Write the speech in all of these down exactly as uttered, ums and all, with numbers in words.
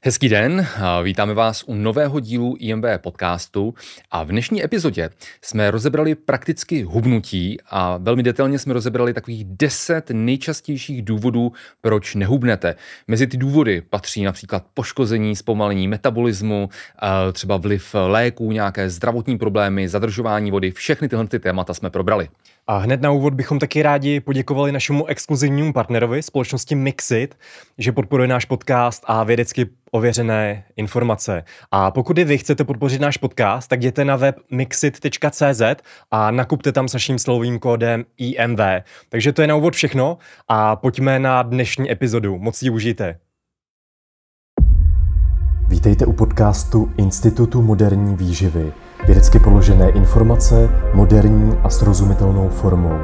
Hezký den, vítáme vás u nového dílu I M B podcastu a v dnešní epizodě jsme rozebrali prakticky hubnutí a velmi detailně jsme rozebrali takových deset nejčastějších důvodů, proč nehubnete. Mezi ty důvody patří například poškození, zpomalení metabolismu, třeba vliv léků, nějaké zdravotní problémy, zadržování vody, všechny tyhle ty témata jsme probrali. A hned na úvod bychom taky rádi poděkovali našemu exkluzivnímu partnerovi, společnosti Mixit, že podporuje náš podcast a vědecky ověřené informace. A pokud i vy chcete podpořit náš podcast, tak jděte na web mixit tečka cé zet a nakupte tam s naším slovým kódem I M V. Takže to je na úvod všechno a pojďme na dnešní epizodu. Moc ji užijte. Vítejte u podcastu Institutu moderní výživy. Vědecky položené informace, moderní a srozumitelnou formou.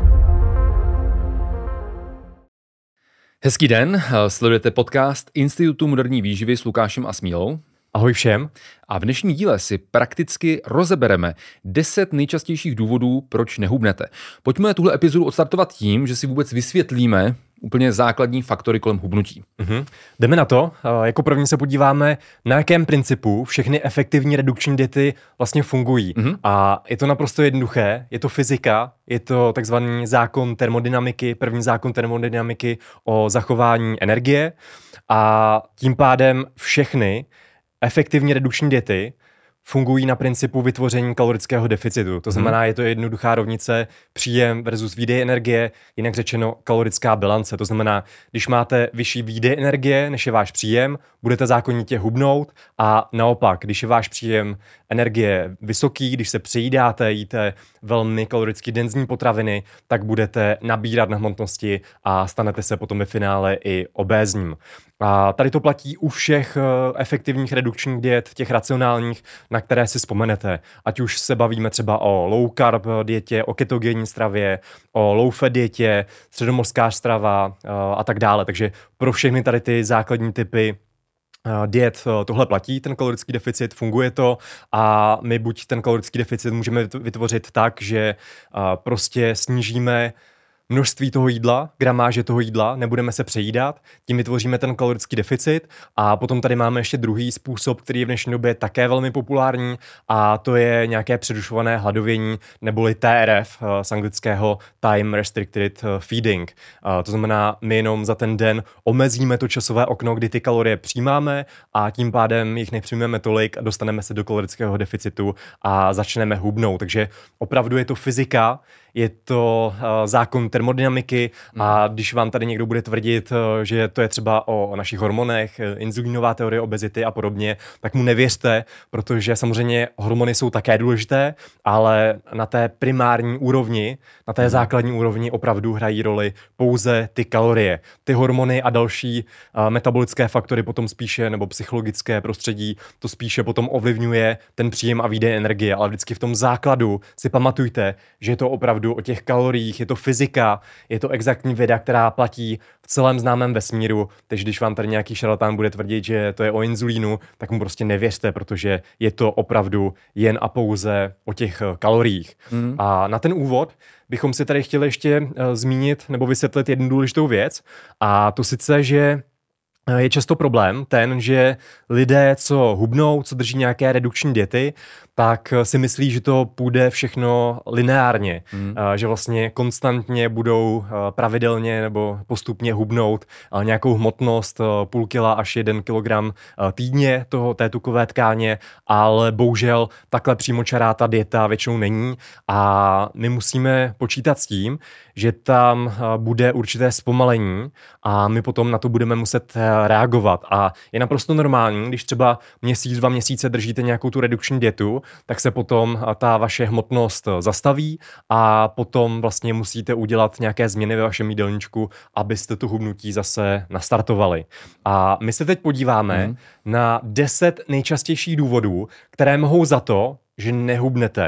Hezký den, sledujete podcast Institutu moderní výživy s Lukášem a Smílou. Ahoj všem. A v dnešním díle si prakticky rozebereme deset nejčastějších důvodů, proč nehubnete. Pojďme tuhle epizodu odstartovat tím, že si vůbec vysvětlíme úplně základní faktory kolem hubnutí. Mhm. Jdeme na to. Jako první se podíváme, na jakém principu všechny efektivní redukční diety vlastně fungují. Mhm. A je to naprosto jednoduché, je to fyzika, je to takzvaný zákon termodynamiky, první zákon termodynamiky o zachování energie a tím pádem všechny efektivní redukční diety fungují na principu vytvoření kalorického deficitu. To znamená, je to jednoduchá rovnice příjem versus výdej energie, jinak řečeno kalorická bilance. To znamená, když máte vyšší výdej energie, než je váš příjem, budete zákonitě hubnout a naopak, když je váš příjem energie vysoký, když se přejídáte, jíte velmi kaloricky denzní potraviny, tak budete nabírat na hmotnosti a stanete se potom ve finále i obézním. A tady to platí u všech efektivních redukčních diet, těch racionálních, na které si vzpomenete. Ať už se bavíme třeba o low carb dietě, o ketogenní stravě, o low fat dietě, středomořská strava a tak dále. Takže pro všechny tady ty základní typy diet tohle platí, ten kalorický deficit, funguje to a my buď ten kalorický deficit můžeme vytvořit tak, že prostě snížíme množství toho jídla, gramáže toho jídla, nebudeme se přejídat, tím vytvoříme ten kalorický deficit a potom tady máme ještě druhý způsob, který je v dnešní době také velmi populární a to je nějaké přerušované hladovění neboli T R F z anglického Time Restricted Feeding. To znamená, my jenom za ten den omezíme to časové okno, kdy ty kalorie přijímáme a tím pádem jich nepřijmeme tolik a dostaneme se do kalorického deficitu a začneme hubnout. Takže opravdu je to fyzika, je to uh, zákon termodynamiky a když vám tady někdo bude tvrdit, uh, že to je třeba o, o našich hormonech, inzulínová teorie obezity a podobně, tak mu nevěřte, protože samozřejmě hormony jsou také důležité, ale na té primární úrovni, na té základní úrovni opravdu hrají roli pouze ty kalorie. Ty hormony a další uh, metabolické faktory potom spíše, nebo psychologické prostředí, to spíše potom ovlivňuje ten příjem a výdej energie, ale vždycky v tom základu si pamatujte, že je to opravdu o těch kaloriích, je to fyzika, je to exaktní věda, která platí v celém známém vesmíru, takže když vám tady nějaký šarlatán bude tvrdit, že to je o inzulínu, tak mu prostě nevěřte, protože je to opravdu jen a pouze o těch kaloriích. Mm. A na ten úvod bychom si tady chtěli ještě uh, zmínit nebo vysvětlit jednu důležitou věc a to sice, že je často problém ten, že lidé, co hubnou, co drží nějaké redukční diety, tak si myslí, že to půjde všechno lineárně, hmm. že vlastně konstantně budou pravidelně nebo postupně hubnout nějakou hmotnost půl kila až jeden kilogram týdně toho, té tukové tkáně, ale bohužel takhle přímočará ta dieta většinou není a my musíme počítat s tím, že tam bude určité zpomalení a my potom na to budeme muset reagovat a je naprosto normální, když třeba měsíc, dva měsíce držíte nějakou tu redukční dietu, tak se potom ta vaše hmotnost zastaví a potom vlastně musíte udělat nějaké změny ve vašem jídelníčku, abyste to hubnutí zase nastartovali. A my se teď podíváme mm. na deset nejčastějších důvodů, které mohou za to, že nehubnete.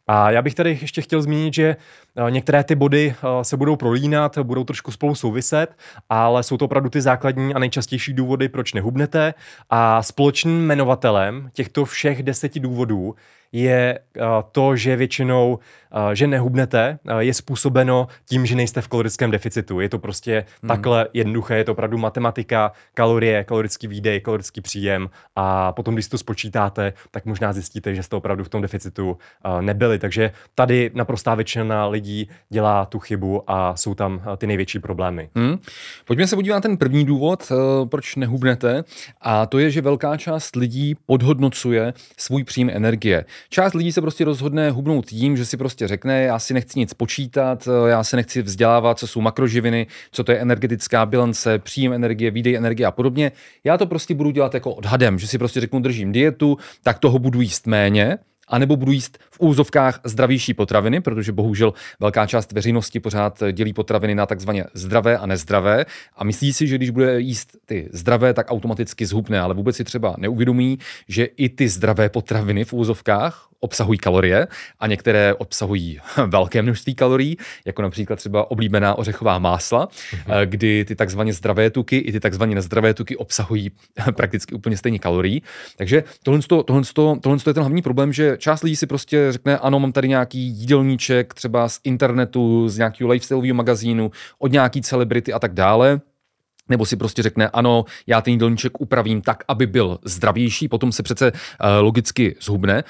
A já bych tady ještě chtěl zmínit, že některé ty body se budou prolínat, budou trošku spolu souviset, ale jsou to opravdu ty základní a nejčastější důvody, proč nehubnete. A společným jmenovatelem těchto všech deseti důvodů je to, že většinou, že nehubnete, je způsobeno tím, že nejste v kalorickém deficitu. Je to prostě hmm. takhle jednoduché, je to opravdu matematika, kalorie, kalorický výdej, kalorický příjem a potom, když to spočítáte, tak možná zjistíte, že jste opravdu v tom deficitu nebyli. Takže tady naprostá většina lidí dělá tu chybu a jsou tam ty největší problémy. Hmm. Pojďme se podívat na ten první důvod, proč nehubnete, a to je, že velká část lidí podhodnocuje svůj příjem energie. Část lidí se prostě rozhodne hubnout tím, že si prostě řekne, já si nechci nic počítat, já se nechci vzdělávat, co jsou makroživiny, co to je energetická bilance, příjem energie, výdej energie a podobně. Já to prostě budu dělat jako odhadem, že si prostě řeknu, držím dietu, tak toho budu jíst méně, anebo budu jíst v úzovkách zdravější potraviny, protože bohužel velká část veřejnosti pořád dělí potraviny na takzvaně zdravé a nezdravé a myslí si, že když bude jíst ty zdravé, tak automaticky zhubne, ale vůbec si třeba neuvědomí, že i ty zdravé potraviny v úzovkách obsahují kalorie a některé obsahují velké množství kalorií, jako například třeba oblíbená ořechová másla, mm-hmm. kdy ty takzvaně zdravé tuky i ty takzvaně nezdravé tuky obsahují prakticky úplně stejně kalorií. Takže tohle, tohle, tohle, tohle je ten hlavní problém, že část lidí si prostě řekne, ano, mám tady nějaký jídelníček třeba z internetu, z nějakého lifestyleového magazínu, od nějaký celebrity a tak dále. Nebo si prostě řekne, ano, já ten jídelníček upravím tak, aby byl zdravější, potom se přece uh, logicky zhubne,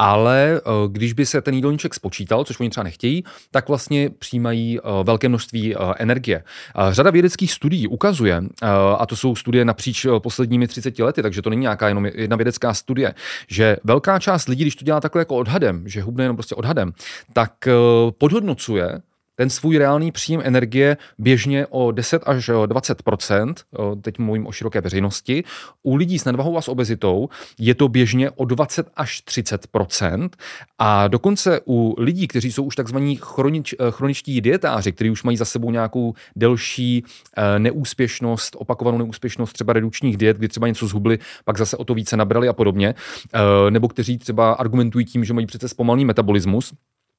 ale uh, když by se ten jídelníček spočítal, což oni třeba nechtějí, tak vlastně přijímají uh, velké množství uh, energie. Uh, řada vědeckých studií ukazuje, uh, a to jsou studie napříč uh, posledními třiceti lety, takže to není nějaká jenom jedna vědecká studie, že velká část lidí, když to dělá takhle jako odhadem, že hubne jenom prostě odhadem, tak uh, podhodnocuje ten svůj reálný příjem energie běžně o deset až dvacet procent, teď mluvím o široké veřejnosti, u lidí s nadvahou a s obezitou je to běžně o dvacet až třicet procent a dokonce u lidí, kteří jsou už takzvaní chronič, chroničtí dietáři, kteří už mají za sebou nějakou delší neúspěšnost, opakovanou neúspěšnost třeba redukčních diet, kdy třeba něco zhubli, pak zase o to více nabrali a podobně, nebo kteří třeba argumentují tím, že mají přece zpomalný metabolismus,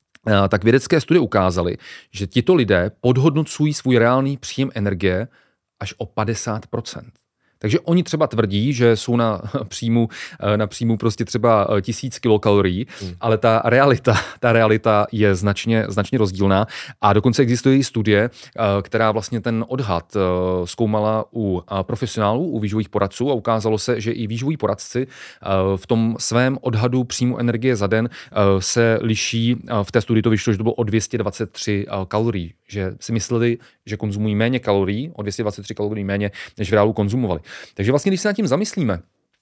tak vědecké studie ukázaly, že tito lidé podhodnocují svůj reálný příjem energie až o padesát procent. Takže oni třeba tvrdí, že jsou na příjmu, na příjmu prostě třeba tisíc kilokalorií, hmm. ale ta realita, ta realita je značně, značně rozdílná a dokonce existuje i studie, která vlastně ten odhad zkoumala u profesionálů, u výživových poradců a ukázalo se, že i výživoví poradci v tom svém odhadu příjmu energie za den se liší, v té studii to vyšlo, že to bylo o dvě stě dvacet tři kalorií, že si mysleli, že konzumují méně kalorií, o dvě stě dvacet tři kalorií méně, než v reálu konzumovali. Takže vlastně, když se nad tím zamyslíme,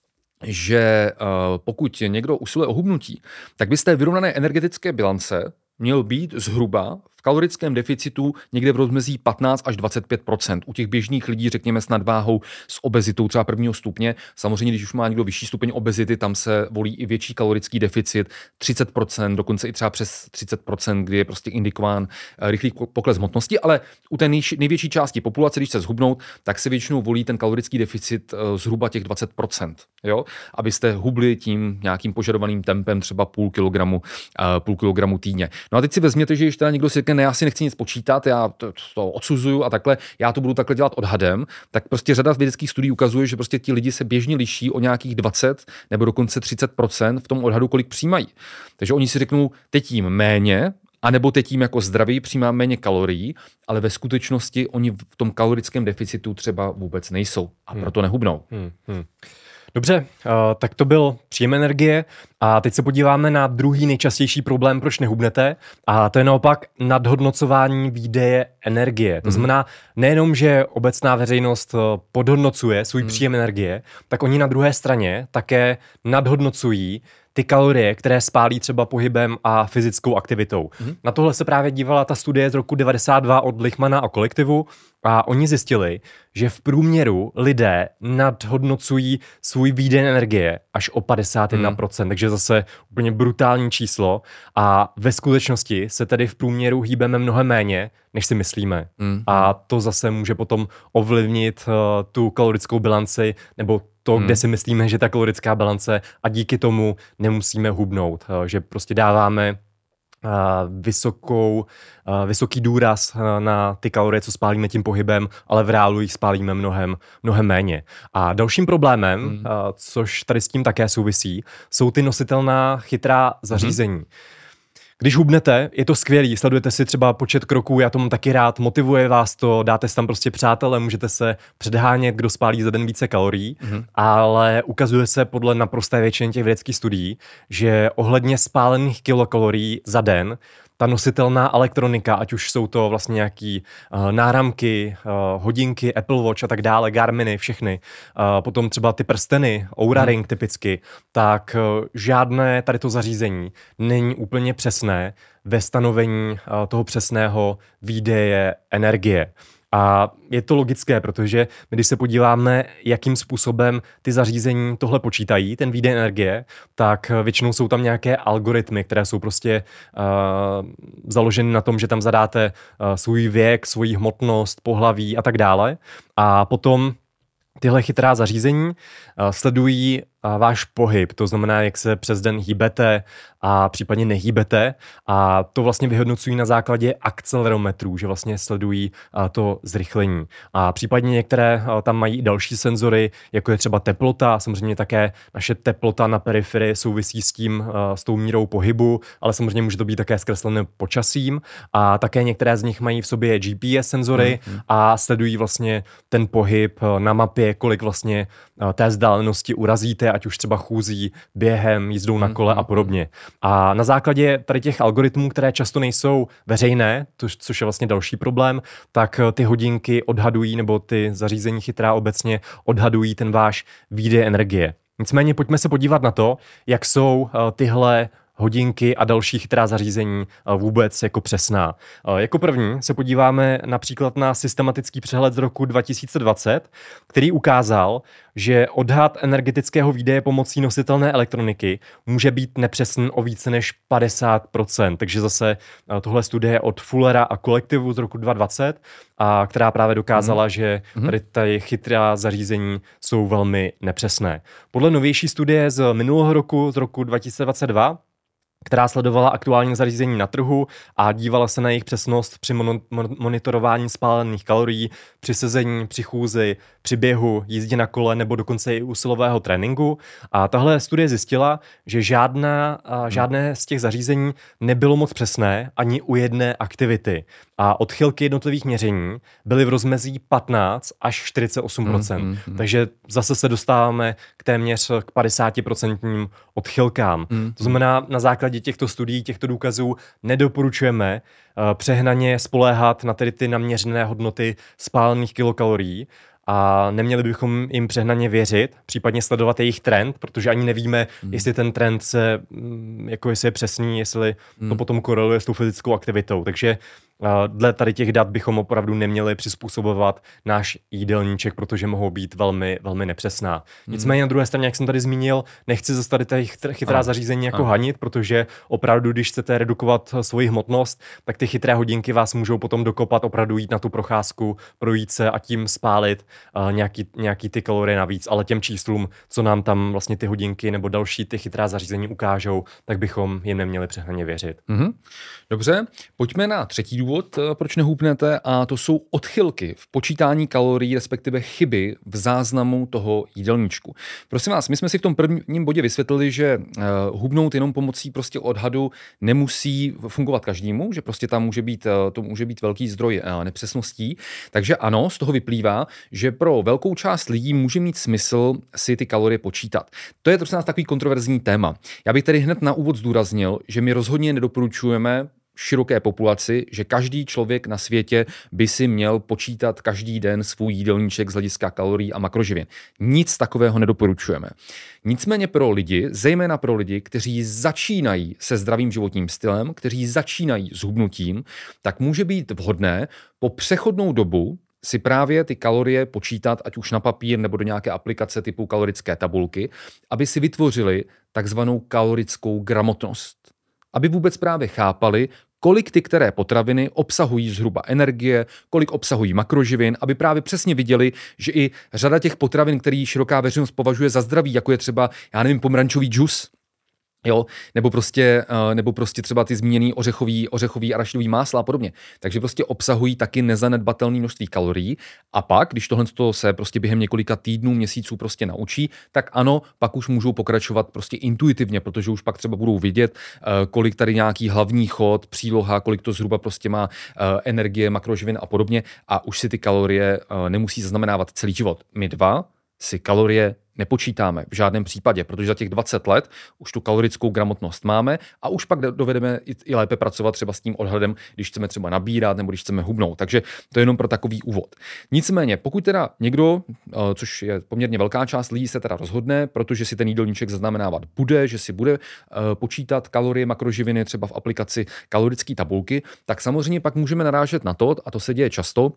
že uh, pokud někdo usiluje o hubnutí, tak by z té vyrovnané energetické bilance měl být zhruba v kalorickém deficitu někde v rozmezí patnáct až dvacet pět procent. U těch běžných lidí, řekněme s nadváhou, s obezitou třeba prvního stupně. Samozřejmě, když už má někdo vyšší stupeň obezity, tam se volí i větší kalorický deficit, třicet procent, dokonce i třeba přes třicet procent, kdy je prostě indikován rychlý pokles hmotnosti, ale u té největší části populace, když se zhubnout, tak se většinou volí ten kalorický deficit zhruba těch dvacet procent, jo? Abyste hubli tím nějakým požadovaným tempem třeba půl kilogramu, půl kilogramu týdně. No a teď si vezměte, že když teda někdo si řekne, ne, já si nechci nic počítat, já to, to odsuzuju a takhle, já to budu takhle dělat odhadem, tak prostě řada vědeckých studií ukazuje, že prostě ti lidi se běžně liší o nějakých dvacet nebo dokonce třicet procent v tom odhadu, kolik přijímají. Takže oni si řeknou, teď jím méně, anebo teď jím jako zdravý přijímá méně kalorií, ale ve skutečnosti oni v tom kalorickém deficitu třeba vůbec nejsou a hmm. proto nehubnou. Hmm. Hmm. Dobře, uh, tak to byl příjem energie a teď se podíváme na druhý nejčastější problém, proč nehubnete, a to je naopak nadhodnocování výdeje energie. To mm. znamená nejenom, že obecná veřejnost podhodnocuje svůj mm. příjem energie, tak oni na druhé straně také nadhodnocují ty kalorie, které spálí třeba pohybem a fyzickou aktivitou. Mm. Na tohle se právě dívala ta studie z roku devadesát dva od Lichmana a kolektivu a oni zjistili, že v průměru lidé nadhodnocují svůj výdej energie až o padesát jedna procent, mm. takže zase úplně brutální číslo a ve skutečnosti se tedy v průměru hýbeme mnohem méně, než si myslíme. Mm. A to zase může potom ovlivnit uh, tu kalorickou bilanci nebo to, hmm. kde si myslíme, že ta kalorická bilance a díky tomu nemusíme hubnout, že prostě dáváme vysokou, vysoký důraz na ty kalorie, co spálíme tím pohybem, ale v reálu jich spálíme mnohem, mnohem méně. A dalším problémem, hmm. což tady s tím také souvisí, jsou ty nositelná chytrá zařízení. Hmm. Když hubnete, je to skvělý, sledujete si třeba počet kroků, já to mám taky rád, motivuje vás to, dáte si tam prostě přátele, můžete se předhánět, kdo spálí za den více kalorií, mm-hmm. ale ukazuje se podle naprosté většiny těch vědeckých studií, že ohledně spálených kilokalorií za den ta nositelná elektronika, ať už jsou to vlastně nějaký uh, náramky, uh, hodinky, Apple Watch a tak dále, Garminy, všechny, uh, potom třeba ty prsteny, Oura hmm. Ring typicky, tak uh, žádné tady to zařízení není úplně přesné ve stanovení uh, toho přesného výdeje energie. A je to logické, protože my, když se podíváme, jakým způsobem ty zařízení tohle počítají, ten výdej energie, tak většinou jsou tam nějaké algoritmy, které jsou prostě uh, založeny na tom, že tam zadáte uh, svůj věk, svoji hmotnost, pohlaví a tak dále. A potom tyhle chytrá zařízení uh, sledují uh, váš pohyb, to znamená, jak se přes den hýbete a případně nehýbete, a to vlastně vyhodnocují na základě akcelerometrů, že vlastně sledují uh, to zrychlení. A případně některé uh, tam mají i další senzory, jako je třeba teplota, samozřejmě také naše teplota na periferii souvisí s tím, uh, s tou mírou pohybu, ale samozřejmě může to být také zkreslené počasím, a také některé z nich mají v sobě G P S senzory mm-hmm. a sledují vlastně ten pohyb uh, na mapě, kolik vlastně uh, té vzdálenosti urazíte, ať už třeba chůzí, během, jízdou na kole a podobně. A na základě tady těch algoritmů, které často nejsou veřejné, to, což je vlastně další problém, tak ty hodinky odhadují, nebo ty zařízení chytrá obecně odhadují ten váš výdej energie. Nicméně pojďme se podívat na to, jak jsou tyhle hodinky a další chytrá zařízení vůbec jako přesná. Jako první se podíváme například na systematický přehled z roku dva tisíce dvacet, který ukázal, že odhad energetického výdeje pomocí nositelné elektroniky může být nepřesný o více než padesát procent. Takže zase tohle studie od Fullera a kolektivu z roku dva tisíce dvacet, a která právě dokázala, mm. že tady ty chytrá zařízení jsou velmi nepřesné. Podle novější studie z minulého roku, z roku dva tisíce dvacet dva, která sledovala aktuální zařízení na trhu a dívala se na jejich přesnost při mon- monitorování spálených kalorií, při sezení, při chůzi, při běhu, jízdě na kole nebo dokonce i u silového tréninku. A tahle studie zjistila, že žádná, a žádné z těch zařízení nebylo moc přesné ani u jedné aktivity. A odchylky jednotlivých měření byly v rozmezí patnáct až čtyřicet osm procent. Mm, mm, mm. Takže zase se dostáváme k téměř k padesáti procentním odchylkám. Mm, to znamená, na základě těchto studií, těchto důkazů nedoporučujeme uh, přehnaně spoléhat na tedy ty naměřené hodnoty spálených kilokalorií, a neměli bychom jim přehnaně věřit, případně sledovat jejich trend, protože ani nevíme, hmm. jestli ten trend se, jako jestli je přesný, jestli hmm. to potom koreluje s tou fyzickou aktivitou. Takže dle tady těch dat bychom opravdu neměli přizpůsobovat náš jídelníček, protože mohou být velmi, velmi nepřesná. Hmm. Nicméně na druhé straně, jak jsem tady zmínil, nechci zase tady tady chytrá a. zařízení jako a. hanit, protože opravdu, když chcete redukovat svoji hmotnost, tak ty chytré hodinky vás můžou potom dokopat, opravdu jít na tu procházku, projít se a tím spálit uh, nějaký, nějaký ty kalorie navíc. Ale těm číslům, co nám tam vlastně ty hodinky nebo další ty chytrá zařízení ukážou, tak bychom jim neměli přehnaně věřit. Mm-hmm. Dobře, pojďme na třetí důvod, proč nehubnete, a to jsou odchylky v počítání kalorií, respektive chyby v záznamu toho jídelníčku. Prosím vás, my jsme si v tom prvním bodě vysvětlili, že uh, hubnout jenom pomocí prostě odhadu nemusí fungovat každému, že prostě tam může být, uh, to může být velký zdroj uh, nepřesností. Takže ano, z toho vyplývá, že pro velkou část lidí může mít smysl si ty kalorie počítat. To je prostě nás takový kontroverzní téma. Já bych tady hned na úvod zdůraznil, že my rozhodně nedoporučujeme široké populaci, že každý člověk na světě by si měl počítat každý den svůj jídelníček z hlediska kalorií a makroživin. Nic takového nedoporučujeme. Nicméně pro lidi, zejména pro lidi, kteří začínají se zdravým životním stylem, kteří začínají s hubnutím, tak může být vhodné po přechodnou dobu si právě ty kalorie počítat, ať už na papír nebo do nějaké aplikace typu kalorické tabulky, aby si vytvořili takzvanou kalorickou gramotnost. Aby vůbec právě chápali, kolik ty které potraviny obsahují zhruba energie, kolik obsahují makroživin, aby právě přesně viděli, že i řada těch potravin, který široká veřejnost považuje za zdraví, jako je třeba, já nevím, pomerančový džus, Jo, nebo prostě, nebo prostě třeba ty zmíněný ořechový, ořechový arašidový másla a podobně. Takže prostě obsahují taky nezanedbatelné množství kalorií a pak, když tohle se prostě během několika týdnů, měsíců prostě naučí, tak ano, pak už můžou pokračovat prostě intuitivně, protože už pak třeba budou vidět, kolik tady nějaký hlavní chod, příloha, kolik to zhruba prostě má energie, makroživin a podobně a už si ty kalorie nemusí zaznamenávat celý život. My dva si kalorie nepočítáme v žádném případě, protože za těch dvacet let už tu kalorickou gramotnost máme a už pak dovedeme i, i lépe pracovat třeba s tím odhadem, když chceme třeba nabírat nebo když chceme hubnout. Takže to je jenom pro takový úvod. Nicméně, pokud teda někdo, což je poměrně velká část lidí, se teda rozhodne, protože si ten jídelníček zaznamenávat bude, že si bude počítat kalorie, makroživiny třeba v aplikaci kalorické tabulky, tak samozřejmě pak můžeme narážet na to, a to se děje často,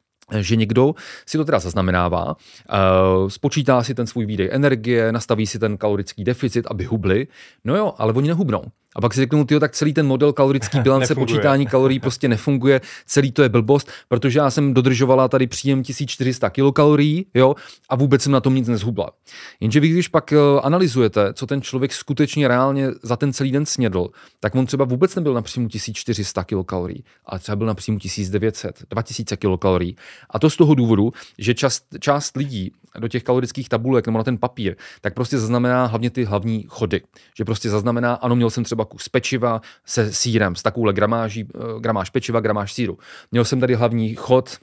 že někdo si to teda zaznamenává, uh, spočítá si ten svůj výdej energie, nastaví si ten kalorický deficit, aby hubli, no jo, ale oni nehubnou. A pak si řeknu, tyjo, tak celý ten model kalorický bilance počítání kalorií prostě nefunguje, celý to je blbost, protože já jsem dodržovala tady příjem tisíc čtyři sta kilokalorií, jo, a vůbec jsem na tom nic nezhubla. Jenže vy, když pak analyzujete, co ten člověk skutečně reálně za ten celý den snědl, tak on třeba vůbec nebyl na příjmu tisíc čtyři sta kilokalorií, ale třeba byl na příjmu tisíc devět set, dva tisíce kilokalorií. A to z toho důvodu, že část, část lidí do těch kalorických tabulek nebo na ten papír, tak prostě zaznamená hlavně ty hlavní chody. Že prostě zaznamená, ano, měl jsem třeba kus pečiva se sýrem, s takovouhle gramáží, gramáž pečiva, gramáž sýru. Měl jsem tady hlavní chod,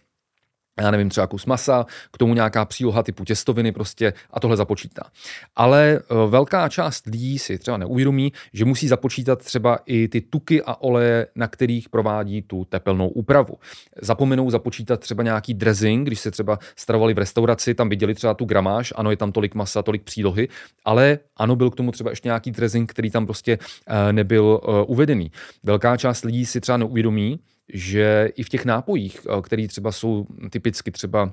já nevím, třeba kus masa, k tomu nějaká příloha typu těstoviny prostě a tohle započítá. Ale velká část lidí si třeba neuvědomí, že musí započítat třeba i ty tuky a oleje, na kterých provádí tu tepelnou úpravu. Zapomenou započítat třeba nějaký dressing, když se třeba stravovali v restauraci, tam viděli třeba tu gramáž, ano, je tam tolik masa, tolik přílohy, ale ano, byl k tomu třeba ještě nějaký dressing, který tam prostě nebyl uvedený. Velká část lidí si třeba neuvědomí, že i v těch nápojích, které třeba jsou typicky třeba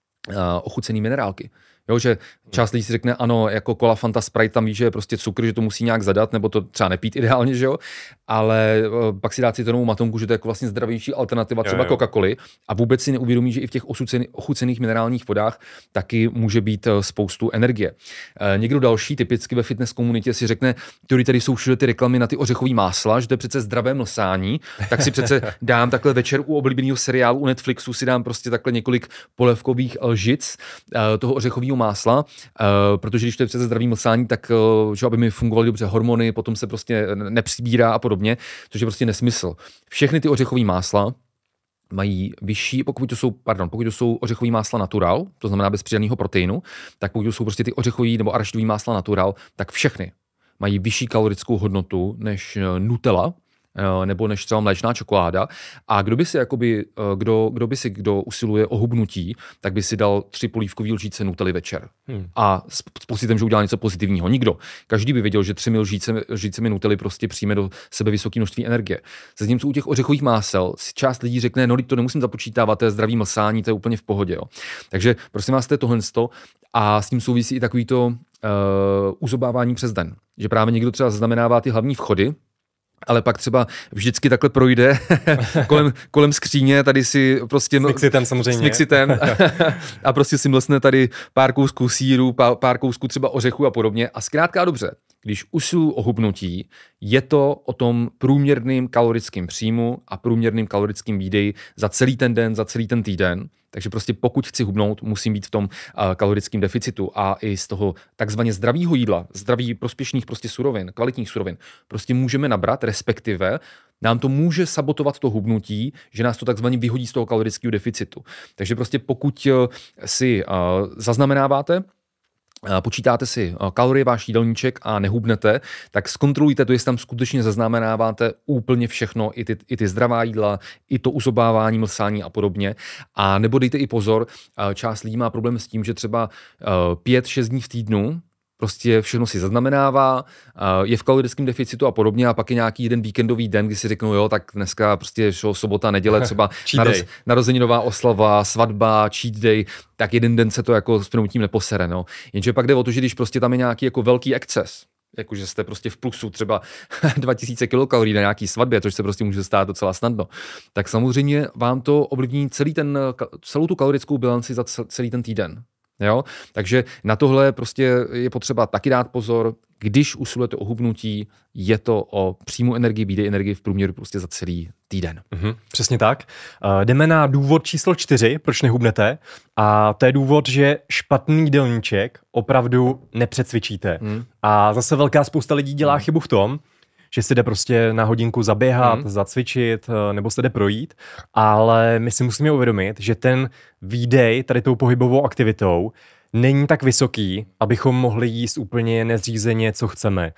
ochucený minerálky, jo, že část lidí si řekne, ano, jako Cola, Fanta, Sprite, tam ví, že je prostě cukr, že to musí nějak zadat, nebo to třeba nepít ideálně, že jo, ale pak si dát citronovou matonku, že to je jako vlastně zdravější alternativa třeba Coca-Coly a vůbec si neuvědomí, že i v těch ochucených minerálních vodách taky může být spoustu energie. Někdo další, typicky ve fitness komunitě, si řekne, tady tady jsou všude ty reklamy na ty ořechový másla, že to je přece zdravé mlsání, tak si přece dám takhle večer u oblíbeného seriálu u Netflixu, si dám prostě takhle několik polévkových lžic toho ořechového másla, Uh, protože když to je přece zdravý mlsání, tak uh, že aby mi fungovaly dobře hormony, potom se prostě nepřibírá a podobně, což je prostě nesmysl. Všechny ty ořechové másla mají vyšší, pokud to jsou, pardon, pokud to jsou ořechové másla natural, to znamená bez přidaného proteinu, tak pokud to jsou prostě ty ořechové nebo arašidové másla natural, tak všechny mají vyšší kalorickou hodnotu než Nutella, nebo než třeba mléčná čokoláda. A kdo by si, jakoby, kdo, kdo by si, kdo usiluje o hubnutí, tak by si dal tři polívkové lžíce Nutelly večer. Hmm. A s, s pocitem, že udělá něco pozitivního. Nikdo. Každý by věděl, že třemi lžícemi, lžícemi Nutelly prostě přijme do sebe vysoké množství energie. Zatímco u těch ořechových másel si část lidí řekne, no to nemusím započítávat, to je zdravý mlsání, to je úplně v pohodě. Jo. Takže prosím vás, to je tohle a s tím souvisí i takovýto uh, uzobávání přes den. Že právě někdo třeba zaznamenává ty hlavní vchody, ale pak třeba vždycky takhle projde kolem, kolem skříně, tady si prostě... S mixitem samozřejmě. S mixitem a prostě si mlsne tady pár kousků sýru, pár, pár kousků třeba ořechu a podobně. A zkrátka dobře, když usiluji o hubnutí, je to o tom průměrným kalorickým příjmu a průměrným kalorickým výdeji za celý ten den, za celý ten týden. Takže prostě pokud chci hubnout, musím být v tom uh, kalorickém deficitu a i z toho takzvaně zdravého jídla, zdraví prospěšných prostě surovin, kvalitních surovin, prostě můžeme nabrat, respektive nám to může sabotovat to hubnutí, že nás to takzvaně vyhodí z toho kalorického deficitu. Takže prostě pokud uh, si uh, zaznamenáváte, počítáte si kalorie, váš jídelníček a nehubnete, tak zkontrolujte to, jestli tam skutečně zaznamenáváte úplně všechno, i ty, i ty zdravá jídla, i to uzobávání, mlsání a podobně. A nebo dejte i pozor, část lidí má problém s tím, že třeba pět, šest dní v týdnu prostě všechno si zaznamenává, je v kalorickém deficitu a podobně a pak je nějaký jeden víkendový den, kdy si řeknou, jo, tak dneska prostě šlo sobota, neděle, třeba naroz, narozeninová oslava, svatba, cheat day, tak jeden den se to jako s prominutím neposere, no. Jenže pak jde o to, že když prostě tam je nějaký jako velký exces, jakože jste prostě v plusu třeba dva tisíce kilokalorií na nějaký svatbě, což se prostě může stát docela snadno, tak samozřejmě vám to ovlivní celý ten, celou tu kalorickou bilanci za celý ten týden. Jo? Takže na tohle prostě je potřeba taky dát pozor. Když usilujete o hubnutí, je to o příjmu energie, výdej energie v průměru prostě za celý týden. Mm-hmm, přesně tak. Uh, jdeme na důvod číslo čtyři, proč nehubnete. A to je důvod, že špatný jídelníček opravdu nepřecvičíte. Mm. A zase velká spousta lidí dělá mm. chybu v tom, že si jde prostě na hodinku zaběhat, mm. zacvičit, nebo se jde projít, ale my si musíme uvědomit, že ten výdej tady tou pohybovou aktivitou není tak vysoký, abychom mohli jíst úplně nezřízeně, co chceme.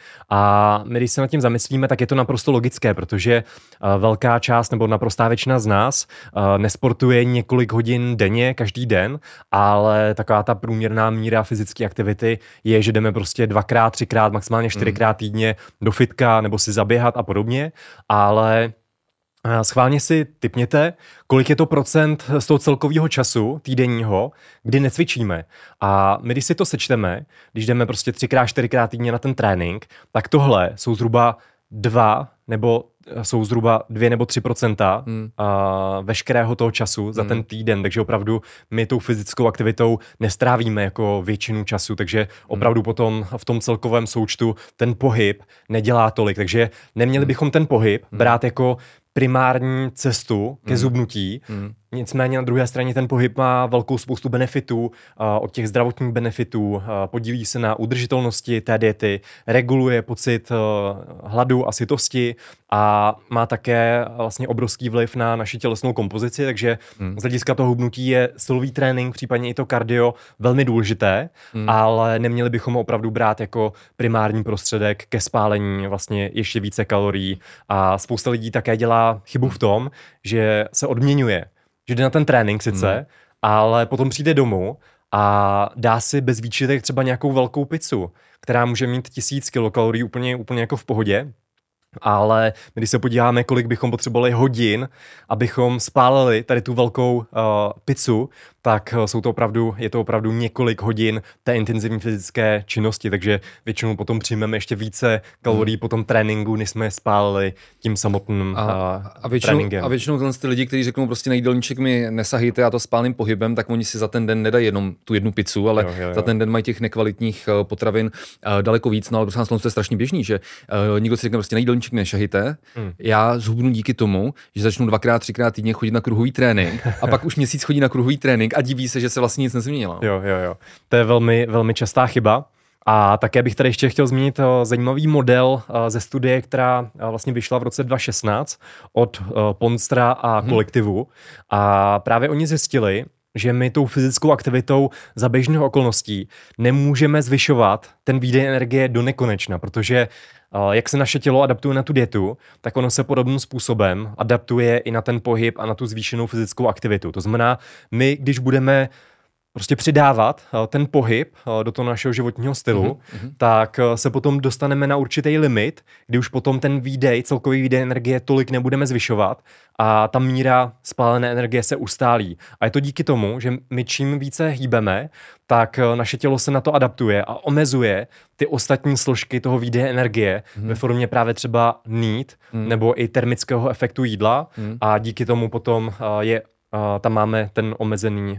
A my, když se nad tím zamyslíme, tak je to naprosto logické, protože velká část nebo naprostá většina z nás nesportuje několik hodin denně, každý den, ale taková ta průměrná míra fyzické aktivity je, že jdeme prostě dvakrát, třikrát, maximálně čtyřikrát týdně do fitka nebo si zaběhat a podobně, ale schválně si tipněte, kolik je to procent z toho celkového času týdenního, kdy necvičíme. A my, když si to sečteme, když jdeme prostě třikrát, čtyřikrát týdně na ten trénink, tak tohle jsou zhruba dva nebo jsou zhruba dvě nebo tři procenta hmm. a veškerého toho času za hmm. ten týden, takže opravdu my tou fyzickou aktivitou nestrávíme jako většinu času, takže opravdu hmm. potom v tom celkovém součtu ten pohyb nedělá tolik, takže neměli bychom ten pohyb hmm. brát jako primární cestu ke zubnutí. Mm. Nicméně na druhé straně ten pohyb má velkou spoustu benefitů, uh, od těch zdravotních benefitů, uh, podílí se na udržitelnosti té diety, reguluje pocit uh, hladu a sytosti a má také vlastně obrovský vliv na naši tělesnou kompozici, takže mm. z hlediska toho hubnutí je silový trénink, případně i to kardio velmi důležité, mm. ale neměli bychom ho opravdu brát jako primární prostředek ke spálení vlastně ještě více kalorií a spousta lidí také dělá chybu v tom, že se odměňuje, že jde na ten trénink sice, hmm. ale potom přijde domů a dá si bez výčitek třeba nějakou velkou pizzu, která může mít tisíc kilokalorií úplně, úplně jako v pohodě. Ale když se podíváme, kolik bychom potřebovali hodin, abychom spálili tady tu velkou uh, pizzu, tak jsou to opravdu, je to opravdu několik hodin té intenzivní fyzické činnosti, takže většinou potom přijmeme ještě více kalorií hmm. po tom tréninku, než jsme je spálili tím samotným a, uh, a většinou, tréninkem. A většinou tyhle ty lidi, kteří řeknou prostě na jídelníček mi nesahejte a to spálným pohybem, tak oni si za ten den nedají jenom tu jednu pizzu, ale jo, jo, jo. za ten den mají těch nekvalitních uh, potravin uh, daleko víc, no ale prostě to je strašně běžný, že uh, někdo si řekne prostě na jídelníček nešahejte, hmm. já zhubnu díky tomu, že začnu dvakrát, třikrát týdně chodit na kruhový trénink a pak už měsíc chodí na kruhový trénink a diví se, že se vlastně nic nezměnilo. Jo, jo, jo. To je velmi, velmi častá chyba. A také bych tady ještě chtěl zmínit zajímavý model ze studie, která vlastně vyšla v roce dva tisíce šestnáct od Ponstra a kolektivu. Hmm. A právě oni zjistili, že my tou fyzickou aktivitou za běžných okolností nemůžeme zvyšovat ten výdej energie do nekonečna, protože jak se naše tělo adaptuje na tu dietu, tak ono se podobným způsobem adaptuje i na ten pohyb a na tu zvýšenou fyzickou aktivitu. To znamená, my, když budeme prostě přidávat ten pohyb do toho našeho životního stylu, mm-hmm. tak se potom dostaneme na určitý limit, kdy už potom ten výdej, celkový výdej energie tolik nebudeme zvyšovat a ta míra spálené energie se ustálí. A je to díky tomu, že my čím více hýbeme, tak naše tělo se na to adaptuje a omezuje ty ostatní složky toho výdeje energie mm. ve formě právě třeba need mm. nebo i termického efektu jídla mm. a díky tomu potom je, tam máme ten omezený